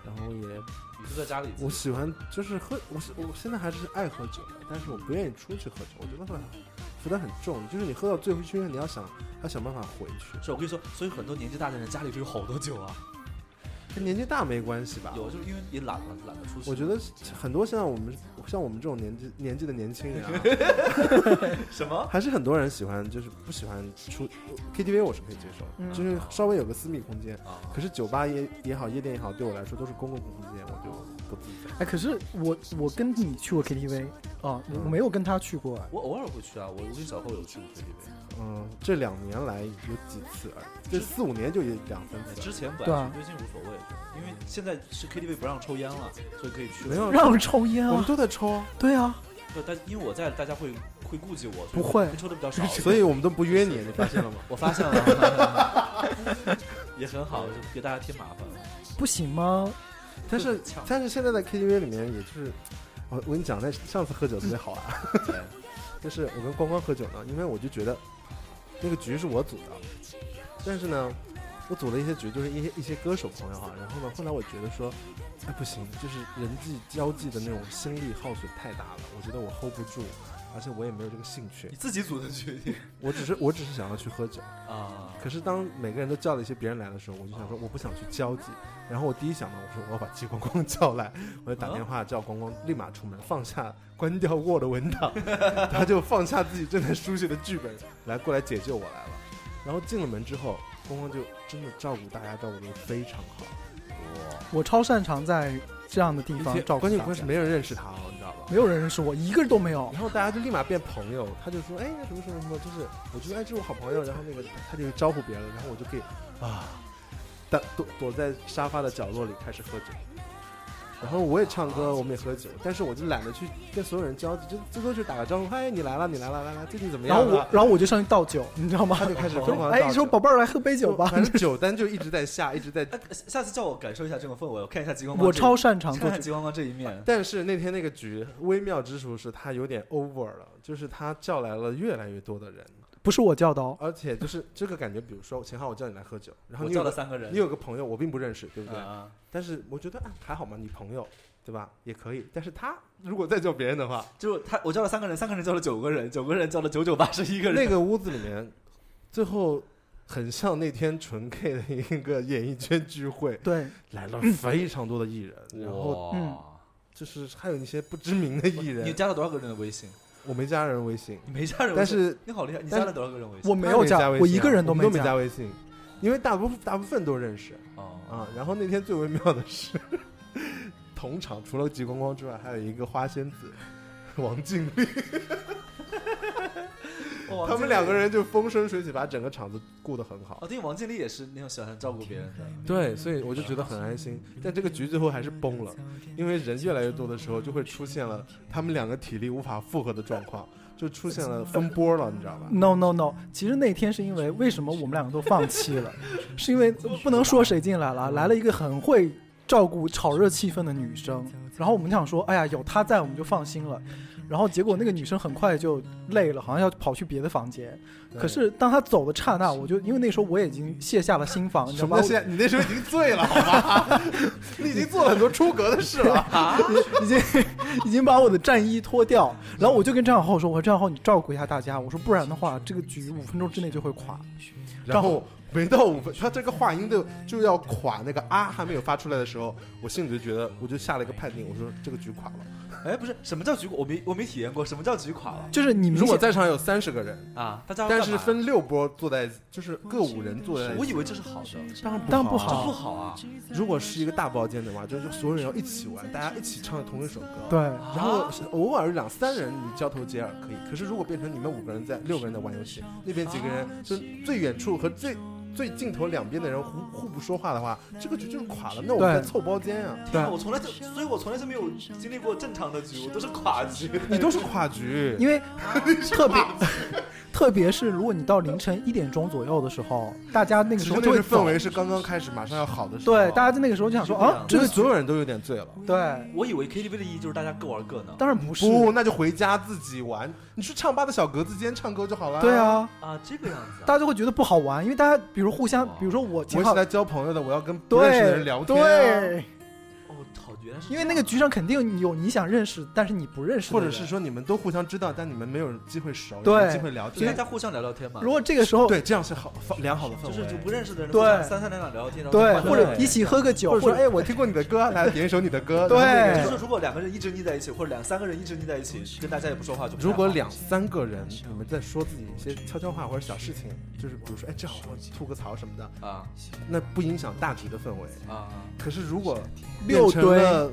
然后也你就在家里自己。 我喜欢就是喝，我现在还是爱喝酒的，但是我不愿意出去喝酒，我觉得负担很重，就是你喝到醉醺醺，你要想办法回去。 是我跟你说，所以很多年纪大的人家里就有好多酒啊。 跟年纪大没关系吧？ 有，就是因为也懒得出去。 我觉得很多像我们这种年纪的年轻人啊， 什么还是很多人喜欢，就是不喜欢出 KTV， 我是可以接受，就是稍微有个私密空间。可是酒吧也好，夜店也好，对我来说都是公共空间，我就不自在。 哎，可是我跟你去过 KTV 啊，我没有跟他去过。 我偶尔会去啊，我跟小后有去过 KTV。 这2年来有几次啊？这4、5年就有2、3次。 之前本来去微信无所谓，因为现在是 KTV 不让抽烟了，所以可以去。 没有让抽烟啊？ 我们都在抽。 对啊。 但因为我在，大家会顾忌我， 不会抽的比较少， 所以我们都不约你，你发现了吗？ 我发现了，也很好，就给大家添麻烦了。 不行吗？ 但是现在在 KTV 里面，也就是我跟你讲，那上次喝酒特别好啊。就是我跟光光喝酒呢，因为我就觉得那个局是我组的，但是呢，我组了一些局，就是一些歌手朋友哈。然后呢，后来我觉得说，哎不行，就是人际交际的那种心力耗损太大了，我觉得我 hold 不住，而且我也没有这个兴趣。 你自己组的局， 我只是想要去喝酒啊。 可是当每个人都叫了一些别人来的时候，我就想说我不想去交际。然后我第一想到，我说我要把季光光叫来，我就打电话叫光光立马出门，放下关掉 Word 文档，他就放下自己正在书写的剧本，过来解救我来了。然后进了门之后，光光就真的照顾大家，照顾得非常好。 我超擅长在这样的地方照顾大家。 关键是没人认识他你知道吧？ 没有人认识我，一个人都没有。 然后大家就立马变朋友，他就说哎什么，就是我觉得哎这是我好朋友，然后那个他就招呼别人，然后我就可以躲在沙发的角落里开始喝酒。然后我也唱歌，我们也喝酒，但是我就懒得去跟所有人交际，就最多就打个招呼，嗨，你来了，来，最近怎么样？ 然后我就上去倒酒，你知道吗？ 他就开始疯狂倒酒。 哎，说宝贝儿来喝杯酒吧。 反正酒单就一直在下，一直在。 下次叫我感受一下这种氛围，我看一下极光光。 我超擅长看极光光这一面。 但是那天那个局微妙之处是他有点 over 了，就是他叫来了越来越多的人。 不是我叫的哦， 而且就是这个感觉，比如说秦昊，我叫你来喝酒，然后我叫了3个人， 你有个朋友我并不认识，对不对？但是我觉得还好嘛，你朋友对吧？也可以。但是他如果再叫别人的话， 就是我叫了3个人，3个人叫了9个人，9个人叫了9981个人。 那个屋子里面，最后很像那天纯 K 的一个演艺圈聚会， 对， 来了非常多的艺人，然后就是还有一些不知名的艺人。 你加了多少个人的微信？ 我没加人微信。 你没加人微信？ 但是你好厉害，你加了多少个人微信？ 我没有加，我一个人都没加微信，因为大部分都认识。然后那天最微妙的是，同场除了极光光之外，还有一个花仙子王静丽。他们2个人就风生水起，把整个场子顾得很好。 对，王静丽也是那种喜欢照顾别人的。 对，所以我就觉得很安心。但这个局最后还是崩了，因为人越来越多的时候，就会出现了他们2个体力无法负荷的状况，就出现了分波了，你知道吧 ？No， 其实那天是因为为什么我们2个都放弃了，是因为不能说谁进来了，来了一个很会照顾炒热气氛的女生，然后我们想说，哎呀，有她在我们就放心了。然后结果那个女生很快就累了，好像要跑去别的房间。可是当她走的刹那，我就因为那时候我也已经卸下了心防，你知道吗？ 你那时候已经醉了，好吗？你已经做了很多出格的事了， 已经把我的战衣脱掉。然后我就跟张小浩说：“我说张小浩，你照顾一下大家，我说不然的话，这个局5分钟之内就会垮。” 然后没到5分，他这个话音就要垮，那个还没有发出来的时候，我心里就觉得，我就下了一个判定，我说这个局垮了。 哎，不是，什么叫局垮？我没体验过，什么叫局垮了？ 就是你们如果在场有30个人啊，大家但是分6波坐在，就是各5人坐在。 我以为这是好的， 当然不好， 这不好啊！ 如果是一个大包间的话，就是所有人要一起玩，大家一起唱同一首歌。 对， 然后偶尔2、3人你交头接耳可以，可是如果变成你们5个人6个人在玩游戏，那边几个人就最远处和最尽头2边的人互不说话的话，这个局就是垮了。那我们在凑包间啊！ 对，所以我从来就没有经历过正常的局，我都是垮局。 你都是垮局， 因为特别是如果你到凌晨1点钟左右的时候，大家那个时候就会氛围是刚刚开始，马上要好的时候。 对，大家在那个时候就想说啊， 这个所有人都有点醉了。 对， 我以为 KTV 的意义就是大家各玩各呢。 当然不是， 那就回家自己玩。你去唱吧的小格子间唱歌就好了。 对啊， 这个样子， 大家就会觉得不好玩，因为大家比如互相，比如说我是来交朋友的，我要跟不认识的人聊天。 对， 好，原来是因为那个局上肯定有你想认识但是你不认识的人， 或者是说你们都互相知道，但你们没有机会熟， 对没有机会聊天， 大家互相聊聊天嘛。 如果这个时候对，这样是良好的氛围。 就是不认识的人， 对三两聊聊天，然后对， 换或者一起喝个酒， 或者说哎，我听过你的歌，来点一首你的歌。 对然后那个就是如果两个人一直腻在一起，或者2-3个人一直腻在一起，跟大家也不说话，就不太好如果2-3个人你们在说自己一些悄悄话或者小事情，就是比如说哎，正好我吐个槽什么的啊， 那不影响大局的氛围啊。 可是如果 6 变成了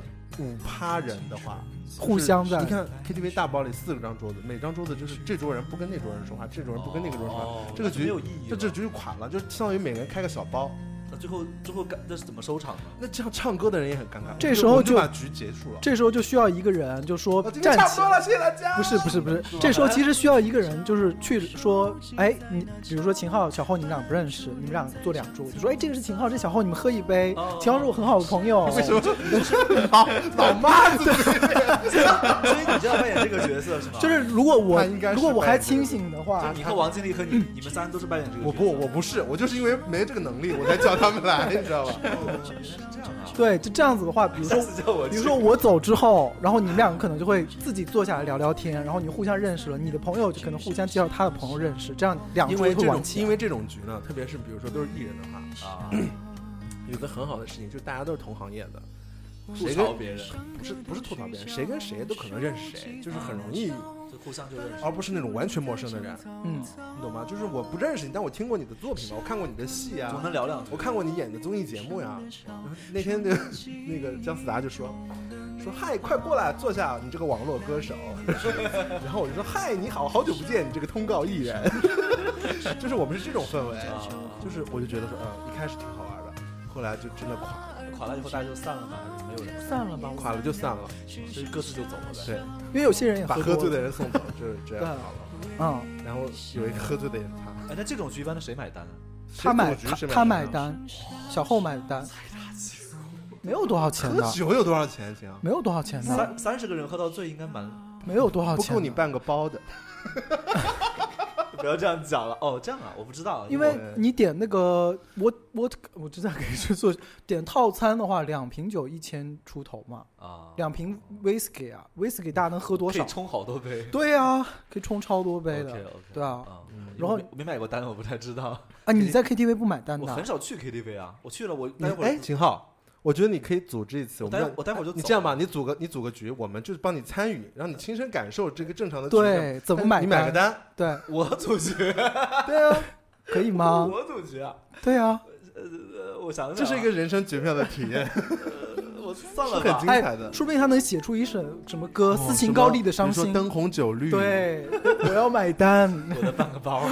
5-8人的话， 互相在你看 KTV 大包里4张桌子，每张桌子就是这桌人不跟那桌人说话，这桌人不跟那个桌人说话，这个局没有意义， 这局就垮了，就相当于每个人开个小包。 那最后那是怎么收场呢？ 那这样唱歌的人也很尴尬， 这时候就把局结束了。 这时候就需要一个人就说今天站起差不多了，谢谢大家。 不是，这时候其实需要一个人就是去说，哎，你比如说秦昊、小后你们俩不认识，你们俩坐2桌，就说哎，这个是秦昊，这小后你们喝一杯。秦昊是我很好的朋友。 为什么老妈子？ 所以你就要扮演这个角色是吗？ 就是如果我还清醒的话， 你和王经理和你们3人都是扮演这个角色。 我不是，我就是因为没这个能力，我才叫他们来，你知道吧？ 对，就这样子的话，比如说我走之后，然后你们两个可能就会自己坐下来聊聊天，然后你互相认识了，你的朋友就可能互相介绍他的朋友认识，这样2桌会玩起来。 因为这种局呢，特别是比如说都是艺人的话，有个很好的事情就是大家都是同行业的， 吐槽别人不是吐槽别人，谁跟谁都可能认识谁，就是很容易就互相就认识， 而不是那种完全陌生的人。你懂吗？就是我不认识你，但我听过你的作品嘛，我看过你的戏啊， 总能聊两句。 我看过你演的综艺节目呀。那天那个姜思达就说嗨，快过来坐下，你这个网络歌手。然后我就说嗨，你好，好久不见，你这个通告艺人。就是我们是这种氛围，就是我就觉得说一开始挺好玩的，后来就真的垮了以后大家就散了吗？还是没有人散了吧？ 垮了就散了， 所以各自就走了呗。 对， 因为有些人也把喝醉的人送走，就是这样好了。然后有一个喝醉的人他， 那这种局一般的谁买单呢？ 他买单，小后买单。没有多少钱的， 喝酒有多少钱？行， 没有多少钱的。 30个人喝到醉应该没有多少钱， 不够你办个包的。 不要这样讲了哦，这样啊，我不知道。 因为你点那个，我知道可以去做点套餐的话，2瓶酒1000出头嘛。2瓶 whisky 啊 ，whisky 大家能喝多少？ 可以冲好多杯。 对啊，可以冲超多杯的。 Okay. 对啊。 然后没买过单，我不太知道。 啊，你在 KTV 不买单的？ 我很少去 KTV 啊，我去了我待会儿。哎，秦昊。我觉得你可以组织一次， 我待会儿就走。 你这样吧，你组个局，我们就是帮你参与，让你亲身感受这个正常的局。 对，怎么买？ 你买个单， 对， 我组局。 对啊，可以吗？ 我组局啊。 对啊。 我想这是一个人生绝妙的体验。 我算了吧， 是很精彩的。 说不定他能写出一首什么歌，斯琴高丽的伤心。 灯红酒绿。 对，我要买单。 我的半个包。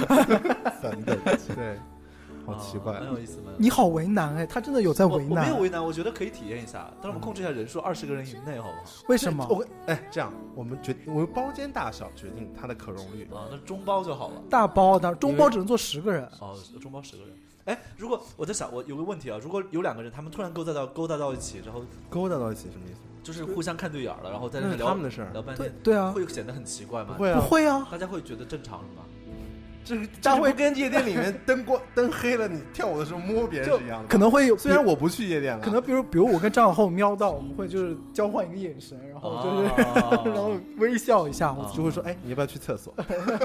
3等，对。好奇怪， 很有意思吗？ 你好为难哎，他真的有在为难。 我没有为难，我觉得可以体验一下，但是我们控制一下人数，20个人以内，好不好？ 为什么？ 这样我们包间大小决定它的可容率啊，那中包就好了。 大包的中包只能坐10个人。 哦，中包10个人。哎，如果我在想，我有个问题啊，如果有2个人，他们突然勾搭到一起，然后勾搭到一起什么意思？ 就是互相看对眼了，然后在那聊他们的事儿， 聊半天。 对啊， 会显得很奇怪吗？ 不会啊， 不会啊， 大家会觉得正常是吗？ 这会跟夜店里面灯黑了，你跳舞的时候摸别人是一样的。 可能会有， 虽然我不去夜店了， 可能比如我跟张小厚瞄到，我们会就是交换一个眼神，然后就是、然后微笑一下，我就会说，哎，你要不要去厕所？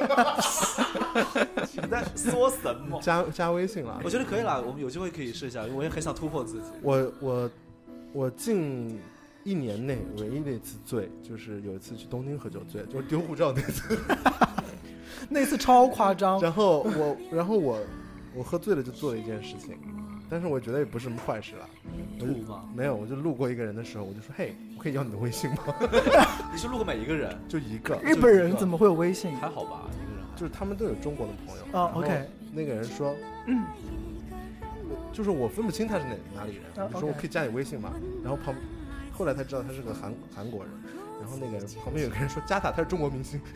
你在说什么？ 加微信了。 我觉得可以了，我们有机会可以试一下，因为我也很想突破自己。 我近1年内唯一的一次醉，就是有一次去东京喝酒醉，就是丢护照那次。 那次超夸张， 然后我喝醉了就做了一件事情，但是我觉得也不是什么坏事了。 吐吗？ 没有，我就路过一个人的时候，我就说：“嘿，我可以要你的微信吗？” 你是路过每一个人？ 就一个。 日本人怎么会有微信？ 还好吧，一个人。 就是他们都有中国的朋友。 啊 ，OK。 那个人说：“就是我分不清他是哪里人。我说我可以加你微信吗？”然后后来才知道他是个韩国人。然后那个人旁边有个人说加他是中国明星。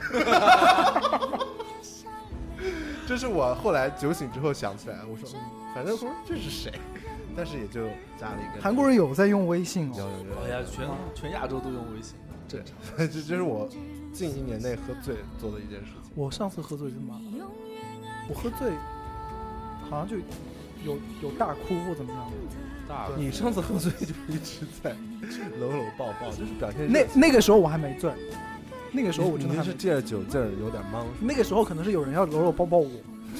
这是我后来酒醒之后想起来，我说反正说这是谁，但是也就加了一个。 韩国人有在用微信有。 哎呀，全亚洲都用微信，正常。 这是我近1年内喝醉做的一件事情。 我上次喝醉是吗？我喝醉好像就有大哭或怎么样的？ 大你上次喝醉就一直在搂搂抱抱，就是表现那个时候我还没醉，那个时候我真的还没你是借着酒劲儿有点懵。 那个时候可能是有人要搂搂抱抱我。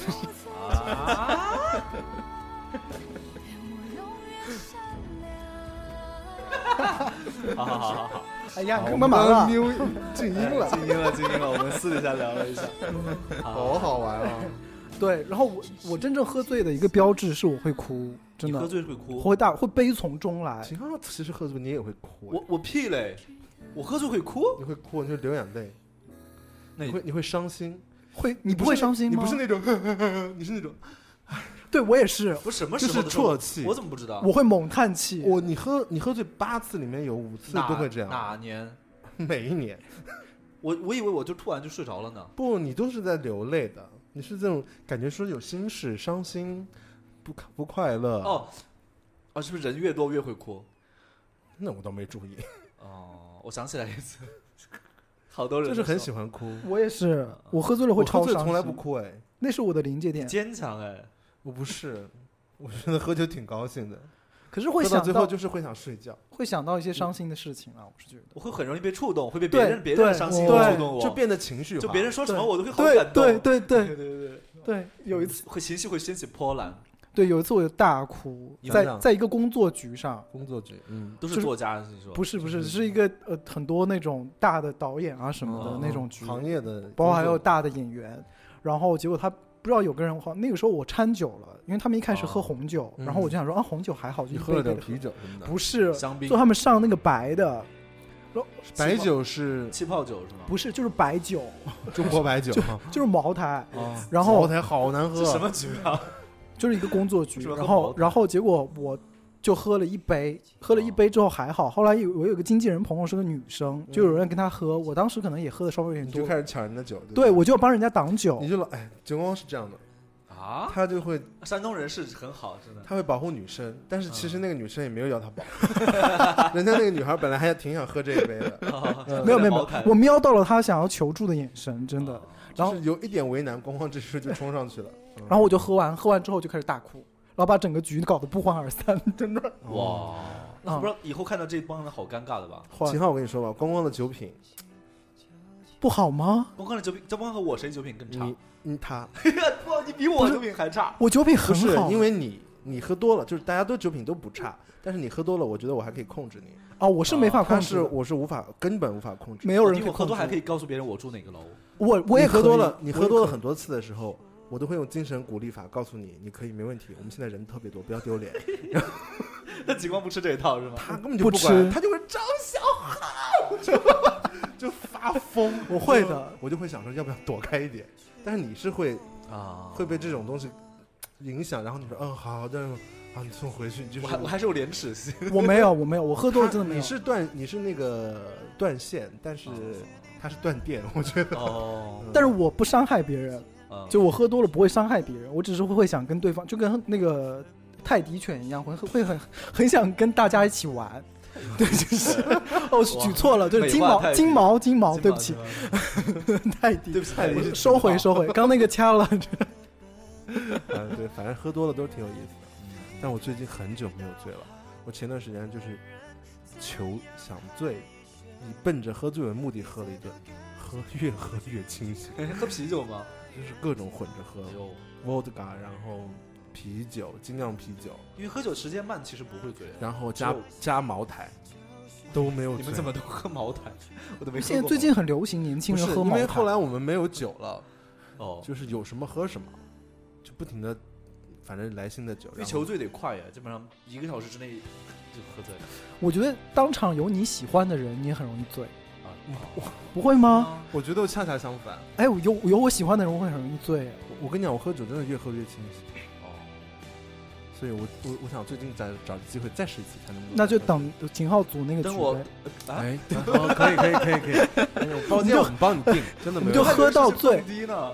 好， 哎呀，你好干嘛了？ 静音了， 静音了，我们私底下聊了一下， 好好玩啊！ 对，然后我真正喝醉的一个标志是我会哭，真的你喝醉会哭？ 会悲从中来。 其实喝醉你也会哭， 我屁嘞！我喝醉会哭？ 你会哭，你会流眼泪，你会伤心， 你不会伤心吗？ 你不是那种，你是那种， 对我也是， 我什么时候就是啜泣。 我怎么不知道？ 我会猛叹气。 你喝醉8次里面有5次都会这样。 哪年？ 每一年。 我以为我就突然就睡着了呢。 不，你都是在流泪的，你是这种感觉说有心事、伤心、不快乐。 是不是人越多越会哭？ 那我倒没注意。 我想起来一次，好多人就是很喜欢哭。 我也是，我喝醉了会超伤心。 从来不哭哎， 那是我的临界点。 坚强哎， 我不是，我觉得喝酒挺高兴的。 可是会想到最后就是会想睡觉， 会想到一些伤心的事情啊。我是觉得我会很容易被触动，会被别人的伤心触动我， 就变得情绪化。 就别人说什么我都会好感动。 对，有一次情绪会掀起波澜。 对，有一次我就大哭，在一个工作局上， 都是作家，你说不是，是一个很多那种大的导演啊什么的那种局， 行业的， 包括还有大的演员，然后结果他不知道有个人那个时候我掺酒了，因为他们一开始喝红酒，然后我就想说红酒还好，就喝了点啤酒什么的， 不是香槟， 就他们上那个白的。 白酒是气泡酒是吗？ 不是，就是白酒， 中国白酒， 就是茅台。然后茅台好难喝， 什么局啊？ 就是一个工作局，然后结果我就喝了一杯之后还好，后来我有个经纪人朋友是个女生，就有人跟她喝，我当时可能也喝的稍微有点多， 就开始抢人的酒， 对，我就帮人家挡酒， 你就酒光是这样的。他就会， 山东人是很好，真的。 他会保护女生，但是其实那个女生也没有要他保，人家那个女孩本来还挺想喝这一杯的。 没有，我瞄到了他想要求助的眼神，真的。然后有一点为难，光这时就冲上去了。 然后我就喝完之后就开始大哭，然后把整个局搞得不欢而散，真的。 哇，不知道以后看到这帮人好尴尬的吧？ 秦昊，我跟你说吧，光的酒品不好吗？ 光的酒品，光和我谁酒品更差？ 他， 哇，你比我酒品还差。 我酒品很好， 不是因为你喝多了，就是大家都酒品都不差，但是你喝多了，我觉得我还可以控制你。 我是没法控制， 我是根本无法控制。 没有人我喝多还可以告诉别人我住哪个楼。 我也喝多了，你喝多了很多次的时候，我都会用精神鼓励法告诉你，你可以没问题。我们现在人特别多，不要丢脸。 那极光不吃这一套是吗？ 他根本就不管，他就会张小浩，就发疯。 我会的， 我就会想说要不要躲开一点。但是你是会被这种东西影响，然后你说好，但是你送回去，就是我还是有廉耻心。 我没有，我喝多了真的没有。 你是那个断线，但是他是断电，我觉得。 但是我不伤害别人，就我喝多了不会伤害别人，我只是会想跟对方，就跟那个泰迪犬一样，会很想跟大家一起玩。对，就是举错了，就是金毛，对不起，泰迪， 对不起，泰迪， 收回，刚那个掐了。 对，反正喝多了都挺有意思的。但我最近很久没有醉了，我前段时间就是想醉，以奔着喝醉为目的喝了一顿，越喝越清醒。 喝啤酒吗？ 就是各种混着喝，vodka， 然后啤酒，精酿啤酒。 因为喝酒时间慢，其实不会醉。 然后加茅台，都没有醉。 你们怎么都喝茅台？我都没喝过。 现在最近很流行年轻人喝茅台， 因为后来我们没有酒了，就是有什么喝什么，就不停的，反正来新的酒。 因为求醉得快呀，基本上1个小时之内就喝醉了。 我觉得当场有你喜欢的人，你也很容易醉。不会吗？ 我觉得恰恰相反。 有我喜欢的人，我会很容易醉。 我跟你讲，我喝酒真的越喝越清醒。所以我想最近找机会再试一次才能。 那就等秦昊组那个局。 等我可以。包间我们帮你订，真的没有。 你就喝到醉低呢。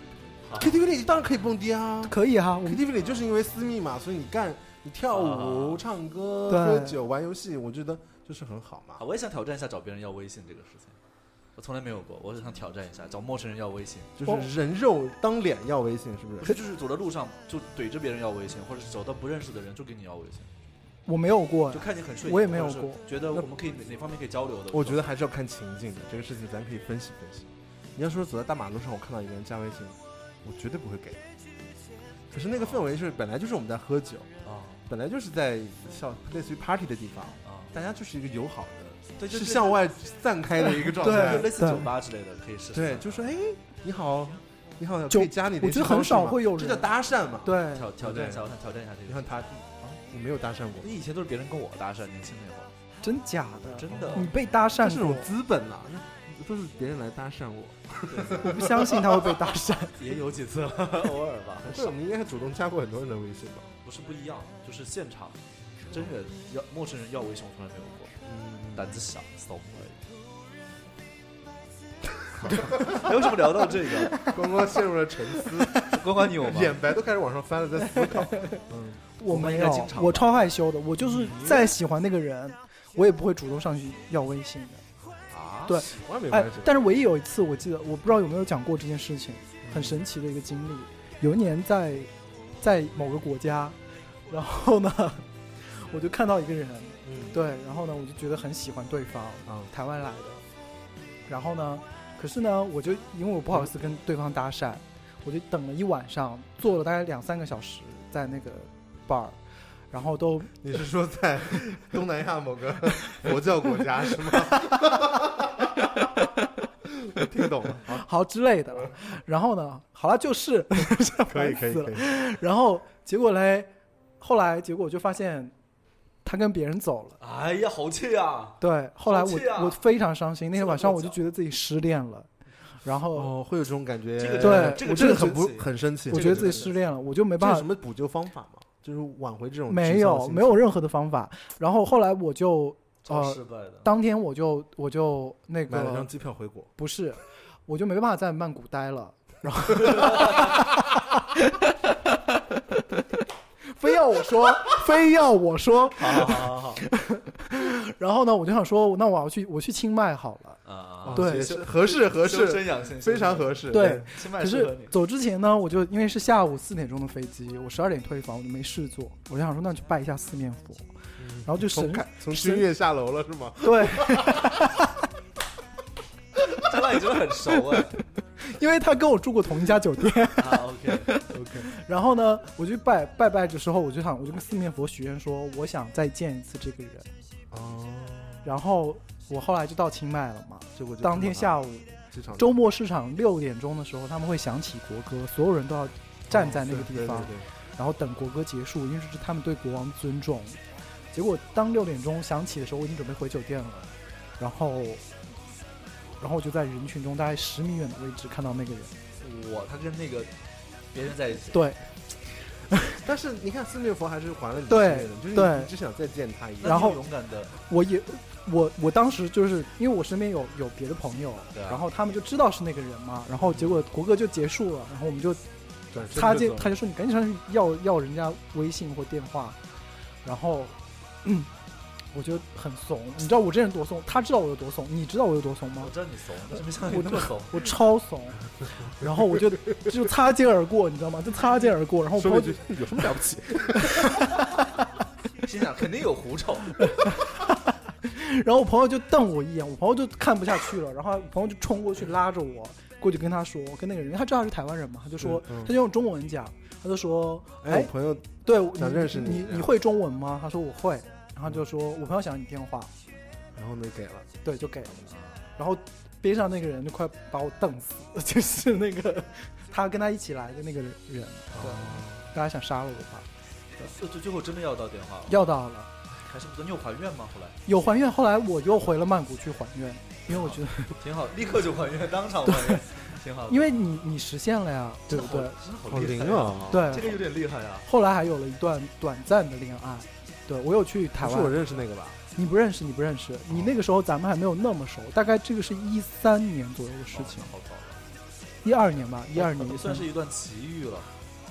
KTV 里当然可以蹦迪啊， 可以啊。 KTV 里就是因为私密嘛，所以你跳舞、唱歌、喝酒、玩游戏，我觉得就是很好嘛。 我也想挑战一下找别人要微信这个事情。 我从来没有过，我只想挑战一下，找陌生人要微信， 就是人肉当脸要微信，是不是？ 不是就是走在路上就怼着别人要微信，或者是走到不认识的人就给你要微信， 我没有过就，看你很顺眼， 我也没有或者是过觉得我们可以哪方面可以交流的。 我觉得还是要看情境的，这个事情咱可以分析分析。你要说走在大马路上，我看到一个人加微信，我绝对不会给。可是那个氛围是本来就是我们在喝酒啊， 本来就是在类似于 party 的地方啊， 大家就是一个友好的， 对， 是向外散开的一个状态， 类似酒吧之类的可以试试。 对，就说哎，你好，你好， 就可以加你的， 我觉得很少会有人， 这叫搭讪嘛？ 对， 挑战一下，我想挑战一下这个。 你看他我没有搭讪过， 你以前都是别人跟我搭讪，年轻那会儿， 真假的？ 真的。 你被搭讪这是种过？ 资本呐，都是别人来搭讪我。 我不相信他会被搭讪。 也有几次了，偶尔吧，很是少。 你应该主动加过很多人的微信吧？ 不是不一样，就是现场真人要陌生人要微信，我从来没有过，胆子小，怂而已。为什么聊到这个？ 光光陷入了沉思， 关关你有吗？ 眼白都开始往上翻了，在思考。 我没有应该经常，吧我超害羞的。我就是再喜欢那个人，我也不会主动上去要微信的。 啊， 对，哎我也没关系。， 但是唯一有一次，我记得我不知道有没有讲过这件事情，很神奇的一个经历。有一年在某个国家，然后呢，我就看到一个人，对，然后呢，我就觉得很喜欢对方，台湾来的。然后呢，可是呢，我就因为我不好意思跟对方搭讪，我就等了一晚上，坐了大概2-3个小时在那个 bar， 然后都你是说在东南亚某个佛教国家是吗？我听懂了， 好之类的了。然后呢，好了，就是可以可以可以。 然后结果嘞，后来结果我就发现他跟别人走了。 哎呀，好气啊！ 对，后来好气啊我非常伤心。那天晚上我就觉得自己失恋了，然后哦，会有这种感觉。 这个对这个我真的很很生气。 我觉得自己失恋了，我就没办法这有什。么补救方法吗？就是挽回这种没沮丧的心情有任何的方法。然后后来我就超失败的。 当天我就那个买了张机票回国。 不是，我就没办法在曼谷待了，然后非要我说， 好， 然后呢，我就想说，那我去清迈好了。 啊， 对也是合适合修适， 身养性， 非常合适。 对， 清迈可是适合你。 走之前呢，我就因为是下午4点钟的飞机，我12点退房，我就没事做，我就想说那去拜一下四面佛，然后就从君悦下楼了是吗？ 对， 张大爷真的很熟哎。 因为他跟我住过同一家酒店。 啊，OK， 然后呢，我就拜的时候，我就跟四面佛许愿说，我想再见一次这个人。 哦， 然后我后来就到清迈了嘛， 结果就当天下午周末市场6点钟的时候，他们会响起国歌，所有人都要站在那个地方，然后等国歌结束，因为这是他们对国王的尊重。结果当6点钟响起的时候，我已经准备回酒店了，然后我就在人群中大概10米远的位置看到那个人。 他跟那个别人在一起。 对。 但是你看四面佛还是还了你对的人，就是你只想再见他一面。 然后勇敢的， 我当时就是因为我身边有别的朋友，然后他们就知道是那个人嘛，然后结果国歌就结束了，然后我们就擦肩，他就说你赶紧上去要人家微信或电话，然后我就很怂，你知道我这人多怂，他知道我有多怂，你知道我有多怂吗？ 我知道你怂，但是没想到你那么怂。 我超怂，然后我就擦肩而过，你知道吗？就擦肩而过，然后我朋友就有什么了不起？ 心想肯定有狐臭。 然后我朋友就瞪我一眼，我朋友就看不下去了，然后我朋友就冲过去拉着我过去跟他说，跟那个人，他知道他是台湾人嘛，他就说，他就用中文讲，他就说， 哎，我朋友对， 想认识你会中文吗？他说我会。然后就说我朋友想要你电话， 然后呢给了， 对，就给了。然后边上那个人就快把我瞪死了，就是那个他跟他一起来的那个人，对，大家想杀了我吧？ 最后真的要到电话了？ 要到了， 还是不错。你有还愿吗？后来有还愿，后来我又回了曼谷去还愿，因为我觉得挺好，立刻就还愿，当场还愿，挺好的。 因为你实现了呀，对不对？ 真的好厉害啊！ 对， 这个有点厉害啊。 后来还有了一段短暂的恋爱。对，我有去台湾。 是我认识那个吧？ 你不认识，你那个时候咱们还没有那么熟，大概这个是13年左右的事情， 好早了 ，12年吧，12年也算是一段奇遇了。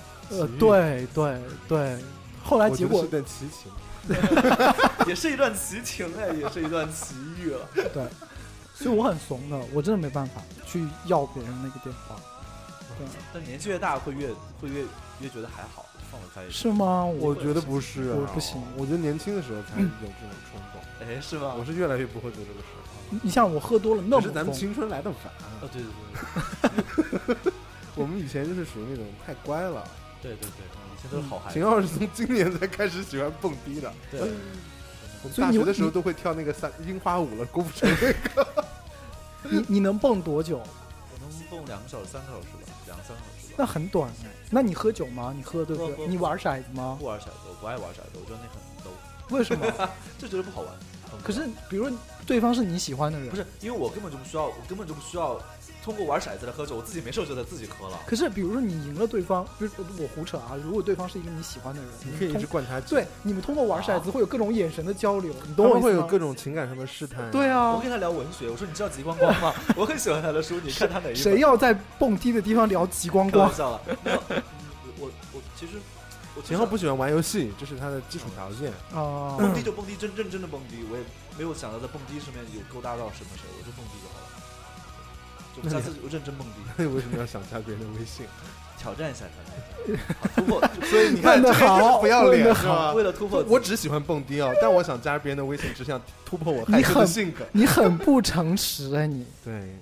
对，后来结果是段奇情， 也是一段奇情哎，也是一段奇遇了。 对， 所以我很怂的，我真的没办法去要别人那个电话。对， 但年纪越大会越觉得还好，放得开一点。 是吗？ 我觉得不是啊， 我不行。 我觉得年轻的时候才有这种冲动。 哎，是吗？ 我是越来越不会做这个事。 你像我喝多了那么可是咱们疯青春来得晚。 哦，对， 我们以前就是属于那种太乖了。 对，以前都是好孩子。 秦昊是从今年才开始喜欢蹦迪的。 对， 我们大学的时候都会跳那个樱花舞了，郭富城那个。 你能蹦多久？ 我能蹦2个小时、3个小时吧，2、3个小时吧。 那很短哎。那你喝酒吗？你喝对不对？ 喝你玩骰子吗？ 不玩骰子，我不爱玩骰子，我觉得那很 low。 为什么？ 就觉得不好玩。 可是，比如对方是你喜欢的人， 不是因为我根本就不需要通过玩骰子来喝酒，我自己没事就得自己喝了。 可是，比如说你赢了对方，比如我胡扯啊，如果对方是一个你喜欢的人， 你可以一直灌他酒。 对，你们通过玩骰子会有各种眼神的交流，你懂我意思吗？ 会有各种情感上的试探。 对啊， 我跟他聊文学，我说你知道极光光吗？我很喜欢他的书，你看他哪一本？ 谁要在蹦迪的地方聊极光光？ 开玩笑了。我其实。 秦昊不喜欢玩游戏，这是他的基础条件啊。 蹦迪就蹦迪，认真的蹦迪，我也没有想到在蹦迪上面有勾搭到什么谁，我就蹦迪就好了。就下次我认真蹦迪。 那你为什么要想加别人的微信？ 挑战一下他，突破。 所以你看，这好， 不要脸是吧？ 为了突破， 我只喜欢蹦迪哦，但我想加别人的微信，只想突破我害羞的性格。 你很不诚实啊，你。 对，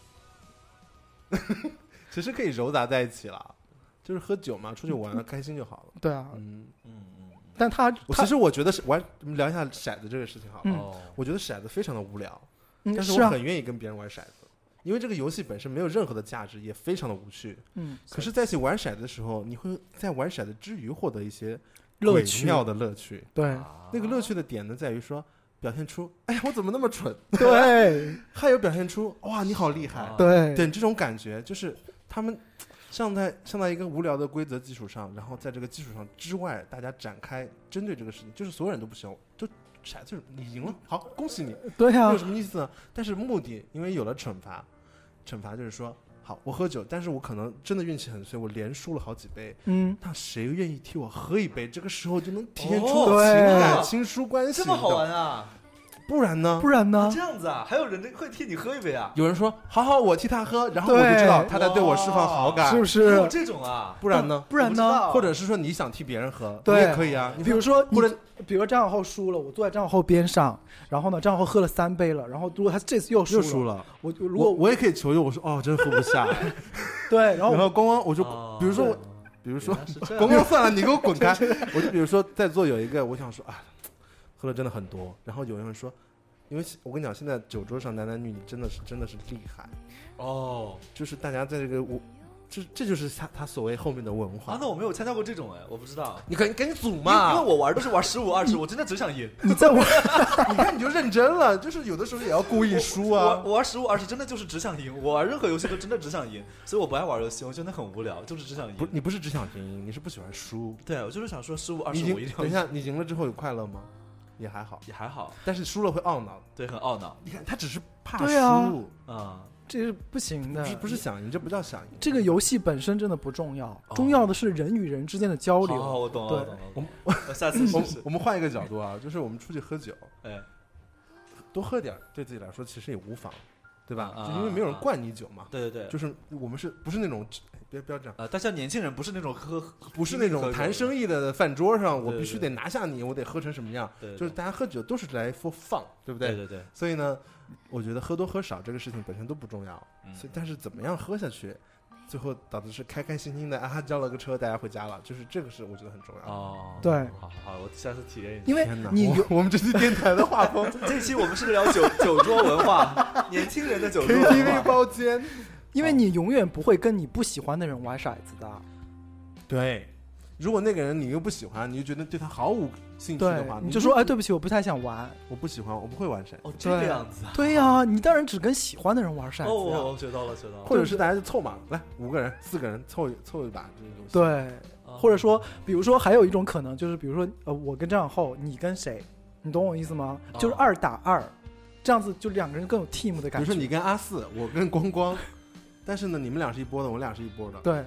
其实可以揉杂在一起了。就是喝酒嘛，出去玩了开心就好了。 对啊，但其实我觉得是玩，我们聊一下骰子这个事情好了。 嗯， 我觉得骰子非常的无聊，但是我很愿意跟别人玩骰子，因为这个游戏本身没有任何的价值，也非常的无趣。可是在一起玩骰子的时候，你会在玩骰子之余获得一些乐趣， 妙的乐趣。 对， 那个乐趣的点呢，在于说表现出，哎呀，我怎么那么蠢？ 对， 还有表现出，哇，你好厉害。 对， 等这种感觉，就是他们。上在一个无聊的规则基础上，然后在这个基础上之外，大家展开针对这个事情，就是所有人都不行，就骰子你赢了，好，恭喜你。 对啊， 有什么意思呢？但是目的，因为有了惩罚就是说，好，我喝酒，但是我可能真的运气很衰，我连输了好几杯。那谁愿意替我喝一杯？这个时候就能体现出情感亲疏关系。 这么好玩啊！ 不然呢？ 这样子啊，还有人会替你喝一杯啊？ 有人说好，我替他喝，然后我就知道他在对我释放好感， 是不是？ 有这种啊？ 不然呢？或者是说你想替别人喝， 对， 也可以啊。 你比如说，比如张小厚输了，我坐在张小厚边上，然后呢，张小厚喝了3杯了，然后如果他这次又输了，我也可以求救，我说哦，真喝不下。 对，然后光光我就比如说光光算了，你给我滚开。我就比如说在座有一个，我想说啊。喝了真的很多，然后有人说，因为我跟你讲，现在酒桌上男男女女真的是厉害哦， 就是大家在这个这就是他所谓后面的文化啊。那我没有参加过这种哎，我不知道。 你赶紧组嘛， 因为我玩都是玩15、20，我真的只想赢。 你在玩， 你看你就认真了，就是有的时候也要故意输啊。 我玩15、20真的就是只想赢，我玩任何游戏都真的只想赢，所以我不爱玩游戏，我觉得很无聊，就是只想赢。 你不是只想赢，你是不喜欢输。 对，我就是想说15、20，我一定要。 等一下，你赢了之后有快乐吗？也还好，但是输了会懊恼。 对，很懊恼。 你看，他只是怕输啊， 这是不行的。 不是想赢，这不叫想赢。 这个游戏本身真的不重要，重要的是人与人之间的交流。 我懂了。 我下次我们换一个角度啊，就是我们出去喝酒，多喝点，对自己来说其实也无妨，对吧？就因为没有人灌你酒嘛。 对， 就是我们不是那种。不要这样但像年轻人不是那种不是那种谈生意的饭桌上，我必须得拿下你，我得喝成什么样？就是大家喝酒都是来 for fun， 对不对？ 对。 所以呢，我觉得喝多喝少这个事情本身都不重要，但是怎么样喝下去，最后导致是开开心心的啊，交了个车，大家回家了，就是这个是我觉得很重要。 哦， 对， 好，我下次体验一下。 因为我们这期电台的画风， 这期我们是聊酒桌文化，年轻人的酒桌文化 KTV 包间。 因为你永远不会跟你不喜欢的人玩骰子的。 对，如果那个人你又不喜欢，你就觉得对他毫无兴趣的话， 你就说哎，对不起，我不太想玩， 我不喜欢，我不会玩骰子。 哦，这个样子。 对呀，你当然只跟喜欢的人玩骰子。 哦，学到了。 或者是大家就凑嘛，来5个人、4个人凑一把这种。 对，或者说，比如说还有一种可能就是，比如说我跟张小厚，你跟谁，你懂我意思吗？就是2打2，这样子就2个人更有 team 的感觉。 比如说你跟阿4，我跟光光。但是呢，你们俩是一波的，我俩是一波的。 对，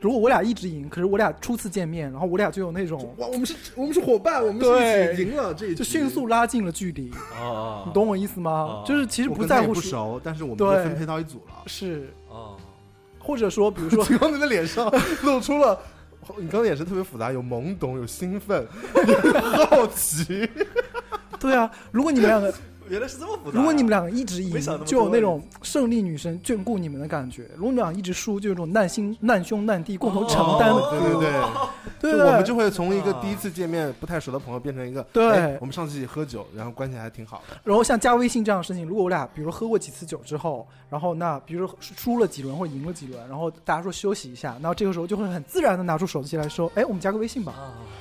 如果我俩一直赢，可是我俩初次见面，然后我俩就有那种哇，我们是伙伴，我们是一起赢了这一局， 就迅速拉近了距离。 哦， 你懂我意思吗？就是其实不在乎不熟，但是我们就分配到一组了。 是哦， 或者说，比如说， 秦光的脸上露出了，你刚刚眼神特别复杂，有懵懂，有兴奋，有好奇。 对啊，如果你们两个。 原来是这么复杂。 如果你们两个一直赢，就有那种胜利女神眷顾你们的感觉；如果你们俩一直输，就有种难兄难弟共同承担的。 对，我们就会从一个第一次见面不太熟的朋友变成一个对， 我们上次一起喝酒，然后关系还挺好的。 然后像加微信这样的事情，如果我俩比如喝过几次酒之后，然后那比如说输了几轮或者赢了几轮，然后大家说休息一下，然后这个时候就会很自然的拿出手机来说：“哎，我们加个微信吧。”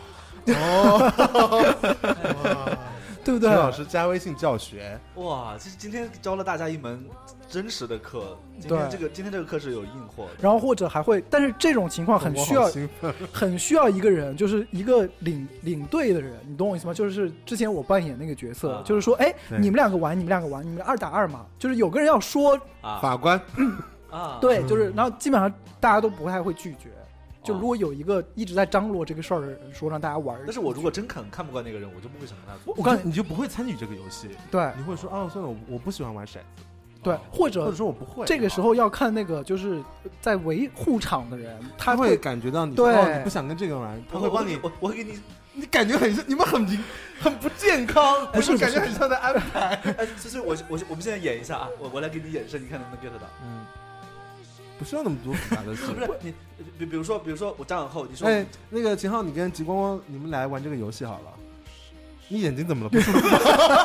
对不对？ 陈老师加微信教学， 哇！其实今天教了大家一门真实的课。今天这个课是有硬货的。 然后或者还会，但是这种情况很需要一个人，就是一个领队的人，你懂我意思吗？就是之前我扮演那个角色，就是说，哎，你们两个玩，你们2打2嘛，就是有个人要说法官对，就是然后基本上大家都不太会拒绝。就如果有一个一直在张罗这个事儿的人说让大家玩， 但是我如果真看不惯那个人，我就不会想跟他做。 我告诉你就不会参与这个游戏。 对， 你会说算了，我不喜欢玩骰子。 对，或者说我不会。 这个时候要看那个就是在维护场的人，他会感觉到你对你不想跟这个人玩，他会帮你， 我会给你。 你感觉你们很不健康，不是感觉很像在安排。 所以我们现在演一下啊，我来给你演示，你看能不能 get 到？ 不需要那么多复杂的事。 不是你，比如说我张完后，你说那个秦昊，你跟极光光你们来玩这个游戏好了。你眼睛怎么了？不舒服？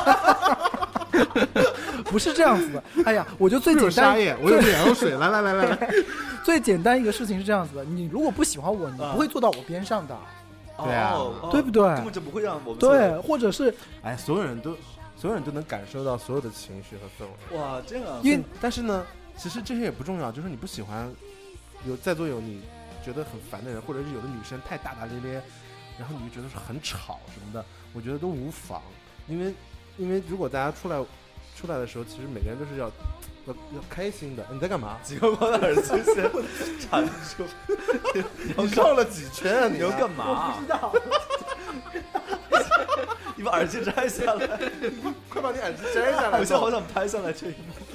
不是这样子的。哎呀，我就最简单， 沙眼，我有眼药水，来。 最简单一个事情是这样子的，你如果不喜欢我，你不会坐到我边上的。 对啊， 对不对？ 根本就不会让我们对，或者是所有人都能感受到所有的情绪和氛围。 哇，这样。 因为但是呢。其实这些也不重要，就是你不喜欢在座有你觉得很烦的人，或者是有的女生太大大咧咧，然后你就觉得是很吵什么的，我觉得都无妨。因为如果大家出来的时候，其实每个人都是要开心的。你在干嘛？ 几个光的耳机先缠住， 你绕了几圈啊？ 你要干嘛？ 我不知道。 你把耳机摘下来， 快把你耳机摘下来！ 我现在好想拍下来这一幕。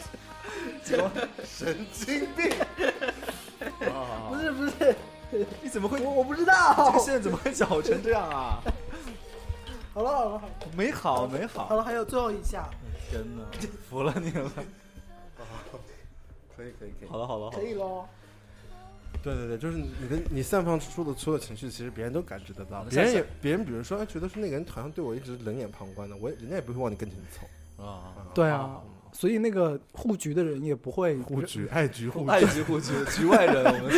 神经病！ 不是， 你怎么会？ 我不知道， 这个线怎么会搅成这样啊？ 好了， 没好。 好了，还有最后一下。 天哪，服了你了！ 可以。 好了， 可以喽。 对，就是你散发出的所有情绪，其实别人都感知得到。别人比如说觉得是那个人好像对我一直冷眼旁观的，人家也不会往你跟前凑啊。 对啊。所以那个护局的人也不会护局，爱局护局，局外人，我们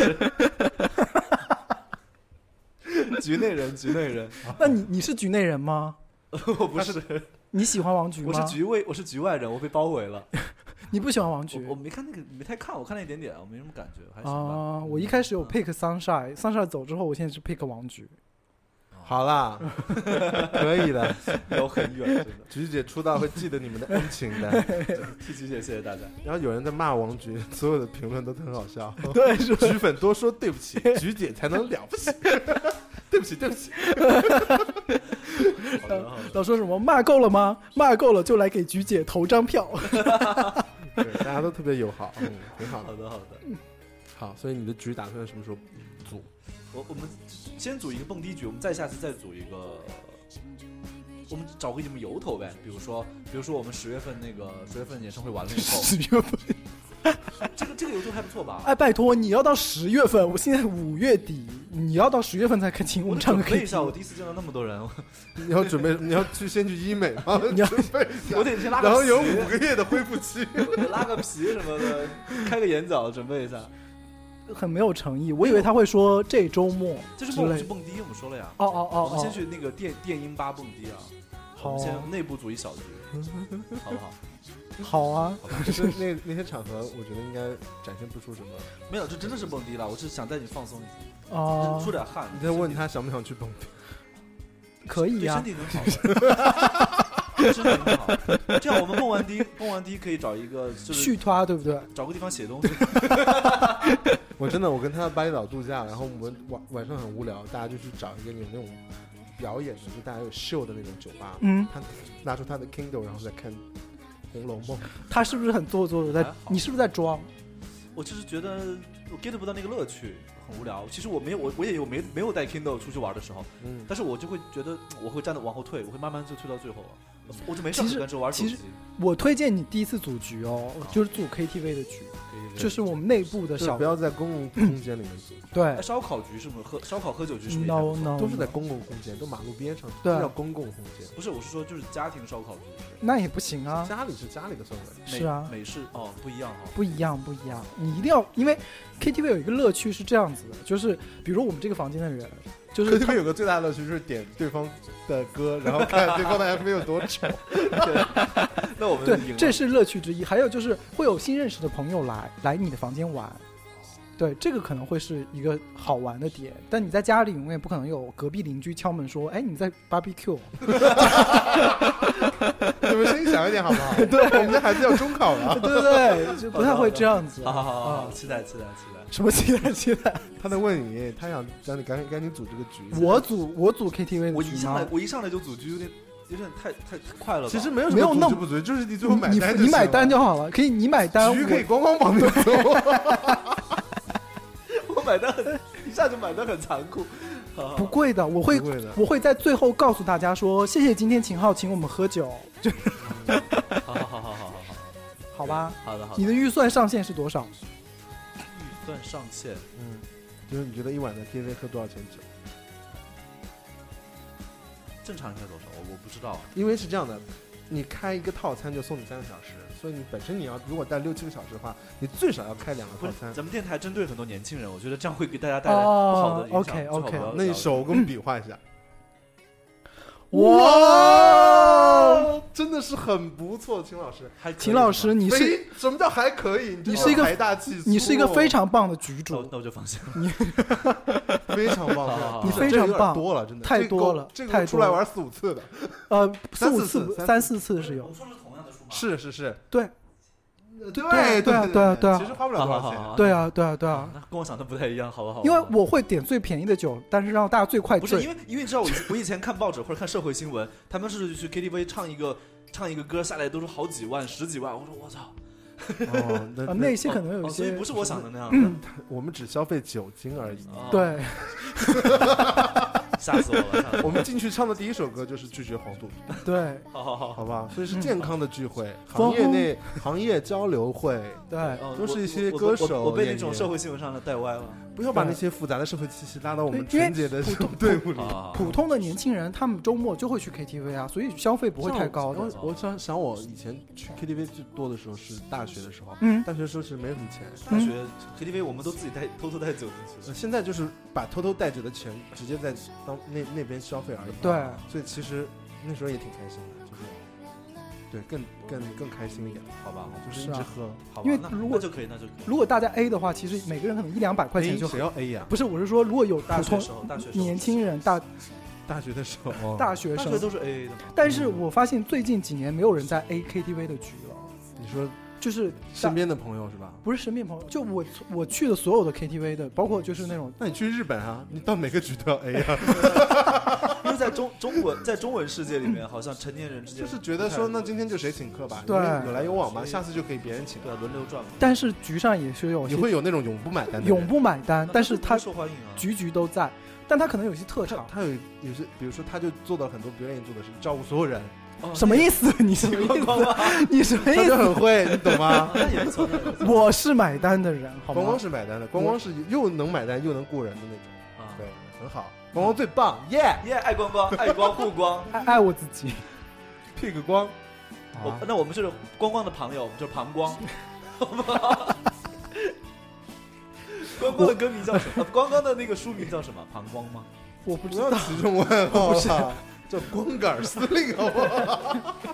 是局内人。 那你是局内人吗？ 我不是。 你喜欢王局吗？ 我是局外人，我被包围了。 你不喜欢王局？ 我没看那个，没太看，我看了一点点，我没什么感觉，还行吧。我一开始有 pick Sunshine 走之后，我现在是 pick 王局。 好啦，可以的， 有很远，真的。 菊姐出道会记得你们的恩情的， 替菊姐谢谢大家。 然后有人在骂王菊，所有的评论都很好笑。 对，是菊粉多说对不起，菊姐才能了不起。对不起。 老说什么骂够了吗？骂够了就来给菊姐投张票。 对，大家都特别友好，挺好的。 好的。 好，所以你的局打算什么时候组？ 我们先组一个蹦迪局，我们下次再组一个，我们找个什么由头呗，比如说我们10月份演唱会完了以后 ，10月份， 这个由头还不错吧？ 哎，拜托，你要到10月份，我现在5月底，你要到10月份才请我们唱个 K。 准备一下，我第一次见到那么多人， 你要准备，你要先去医美吗？你要准备一下， 我得先拉个皮， 然后有5个月的恢复期， 拉个皮什么的，开个眼角，准备一下。 很没有诚意，我以为他会说这周末， 就是我们去蹦迪，我们说了呀。 哦， 我们先去那个电音吧蹦迪啊。 好， 我们先内部组一小局，好不好？ 好啊。 那些场合，我觉得应该展现不出什么。 没有，这真的是蹦迪了，我是想带你放松一下，出点汗。 你再问他想不想去蹦迪？ 可以呀， 身体很好。身体很好，这样我们蹦完迪可以找一个就是续拖，对不对？ 找个地方写东西。 我真的，我跟他巴厘岛度假，然后我们晚上很无聊，大家就去找一个有那种表演的，就大家有秀的那种酒吧。他拿出他的 Kindle， 然后再看《红楼梦》。 他是不是很做作的？你是不是在装？ 我就是觉得我 get 不到那个乐趣，很无聊。其实我也有没有带 Kindle 出去玩的时候，但是我就会觉得我会站着往后退，我会慢慢就退到最后了。我就没事跟着玩手机。 其实我推荐你第一次组局哦，就是组 KTV 的局，就是我们内部的小， 不要在公共空间里面组。 对， 烧烤局是不是烧烤喝酒局是不是 ？No， 都是在公共空间，都马路边上， 对， 叫公共空间。 不是，我是说就是家庭烧烤局。 那也不行啊， 家里是家里的氛围。 是啊， 美式哦不一样哈， 不一样。你一定要，因为 KTV 有一个乐趣是这样子的，就是比如我们这个房间的人。就是 KTV 有个最大的乐趣就是点对方的歌，然后看对方的 MV 有多丑。 那我们对，这是乐趣之一。还有就是会有新认识的朋友来你的房间玩，对，这个可能会是一个好玩的点。但你在家里永远不可能有隔壁邻居敲门说：“哎，你在 BBQ。” 你们声音小一点好不好？对，我们家孩子要中考了。 对，就不太会这样子。 好，期待。 什么期待？ 他在问你，他想让你赶紧组这个局。 我组 KTV 的局吗？我一上来就组局，有点太快了吧。 其实没有什么组局不组，就是你最后买单你买单就好了。可以你买单， 局可以光绑着走。 我买单一下就买单很残酷。 不贵的，我会在最后告诉大家说，谢谢今天秦昊请我们喝酒。好吧。 好的。 你的预算上限是多少？ 预算上限， 就是你觉得一晚的 KTV 喝多少钱酒？ 正常应该多少？我不知道啊。 因为是这样的，你开一个套餐就送你3个小时，所以你本身你要如果带6-7个小时的话，你最少要开2个套餐。 咱们电台针对很多年轻人，我觉得这样会给大家带来不好的影响。 OK， 那你手给我们比划一下。 哇， 真的是很不错，秦老师。 秦老师，你是什么叫还可以？ 你是一个财大气粗， 你是一个非常棒的局主。 那我就放心了。 你非常棒， 你非常棒， 多了，真的太多了， 这个出来玩4-5次的 ，3-4次，3-4次是有。 我说是同样的书吗？ 是， 对。 对，其实花不了多少钱。 对啊， 那跟我想的不太一样，好不好？ 因为我会点最便宜的酒，但是让大家最快醉。 不是因为你知道我以前看报纸或者看社会新闻，他们是去 KTV 唱一个歌下来都是好几万、10几万，我说我操。 那些可能有一些， 所以不是我想的那样。 我们只消费酒精而已。 对。 吓死我了！ 我们进去唱的第一首歌就是拒绝黄赌毒。 对， 好吧，所以是健康的聚会，行业内行业交流会， 对， 都是一些歌手。 我被那种社会新闻上的带歪了。 不要把那些复杂的社会气息拉到我们纯洁的队伍里。 普通的年轻人，他们周末就会去 KTV 啊，所以消费不会太高的。 我想我以前去 KTV 最多的时候是大学的时候，大学的时候是没什么钱。 大学 KTV 我们都自己偷偷带酒进去。 现在就是把偷偷带酒的钱直接在那边消费而已。 对， 所以其实那时候也挺开心的，就是对更开心一点，好吧？就是一直喝，好吧？ 因为如果那就可以。 如果大家 A 的话，其实每个人可能100-200块钱就谁要 A 呀？ 不是，我是说如果有大学年轻人大学的时候， 大学生都是 AA 的。 但是我发现最近几年没有人在 A KTV 的局了。 你说就是身边的朋友是吧？ 不是身边朋友，就我去的所有的 KTV 的，包括就是那种。 那你去日本啊？你到每个局都要 A 啊？ 因为在中文世界里面，好像成年人之间就是觉得说，那今天就谁请客吧， 对， 有来有往嘛，下次就可以别人请， 对，轮流转嘛。 但是局上也是你会有那种永不买单的人， 永不买单，但是他受欢迎啊， 局都在，但他可能有些特长， 他有些，比如说他就做到很多别人也做的事，照顾所有人。 什么意思？你什么意思？你什么意思？ 他就很会，你懂吗？ 那也不错。 我是买单的人，好吗？ 光光是买单的，光光是又能买单又能雇人的那种，对，很好。光光最棒，耶， 爱光光，爱光护光， 爱我自己 ，pick 光。 那我们就是光光的朋友，我们就是膀胱，好不好？光光的歌名叫什么？光光的那个书名叫什么？膀胱吗？ 我不知道， 此中问号吧。叫光杆司令，好不好？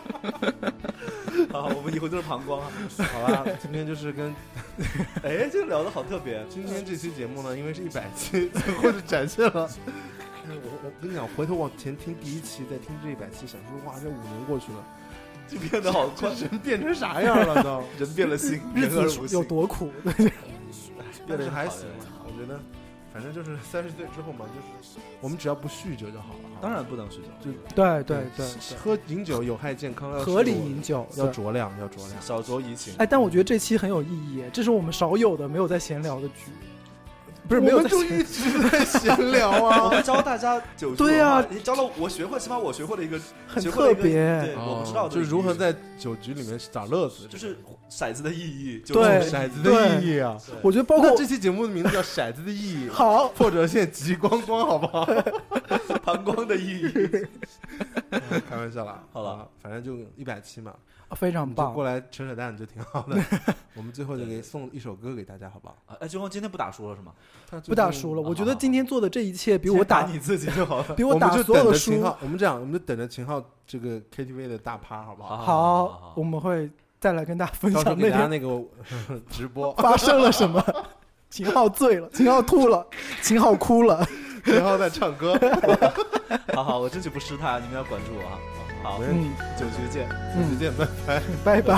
好，我们以后就是膀胱啊。 好吧，今天就是跟， 这个聊得好特别。 今天这期节目呢，因为是100期，最后是展现了。我跟你讲，回头往前听第1期，再听这100期，想说哇，这5年过去了， 就变得好快， 人变成啥样了都？ 人变了心， 日子有多苦？ 但是还行，我觉得。反正就是30岁之后嘛，就是我们只要不酗酒就好了。 当然不能酗酒， 对， 喝饮酒有害健康， 合理饮酒， 要酌量， 小酌怡情。 哎，但我觉得这期很有意义，这是我们少有的没有在闲聊的局。不是，没有， 我们就一直在闲聊啊。 我们教大家酒局， 对啊， 你教了我学会，起码我学会了一个很特别， 对，我不知道就是如何在酒局里面找乐子， 就是骰子的意义， 对， 骰子的意义啊。 我觉得包括这期节目的名字叫《骰子的意义》， 好， 或者现在极光光，好不好？ 膀胱的意义， 开玩笑啦， 好了， 反正就100期嘛。 非常棒， 过来扯扯淡就挺好的。我们最后就给送一首歌给大家，好不好？ 哎，军光今天不打输了是吗？ 不打输了，我觉得今天做的这一切比我打你自己就好了， 比我打所有的输。 我们这样，我们就等着秦昊这个 KTV 的大趴，好不好？ 好，我们会再来跟大家分享那天那个直播发生了什么。秦昊醉了，秦昊吐了，秦昊哭了， 秦昊在唱歌。 好，我争取不失态，你们要关注我啊。好，酒局见，拜拜， 拜拜。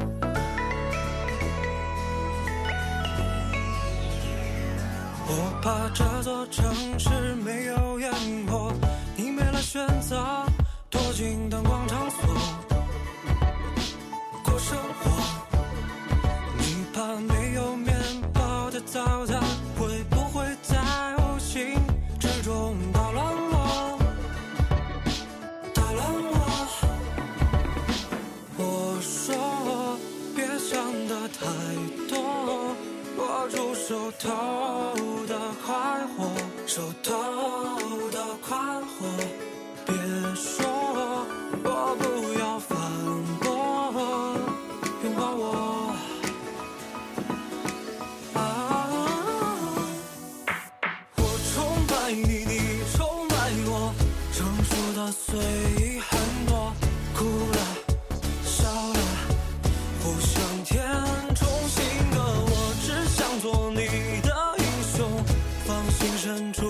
我怕这座城市没有烟火，你没了选择，躲进灯光场所过生活。你怕没有面包的早餐会不会在无形之中打乱我？我说别想的太多，握住手头的快活，手头的快活。别说我不要反驳，拥抱我我崇拜你，你崇拜我，成熟的随意很多，哭了笑了互相填充性格，我只想做你的英雄，放心深处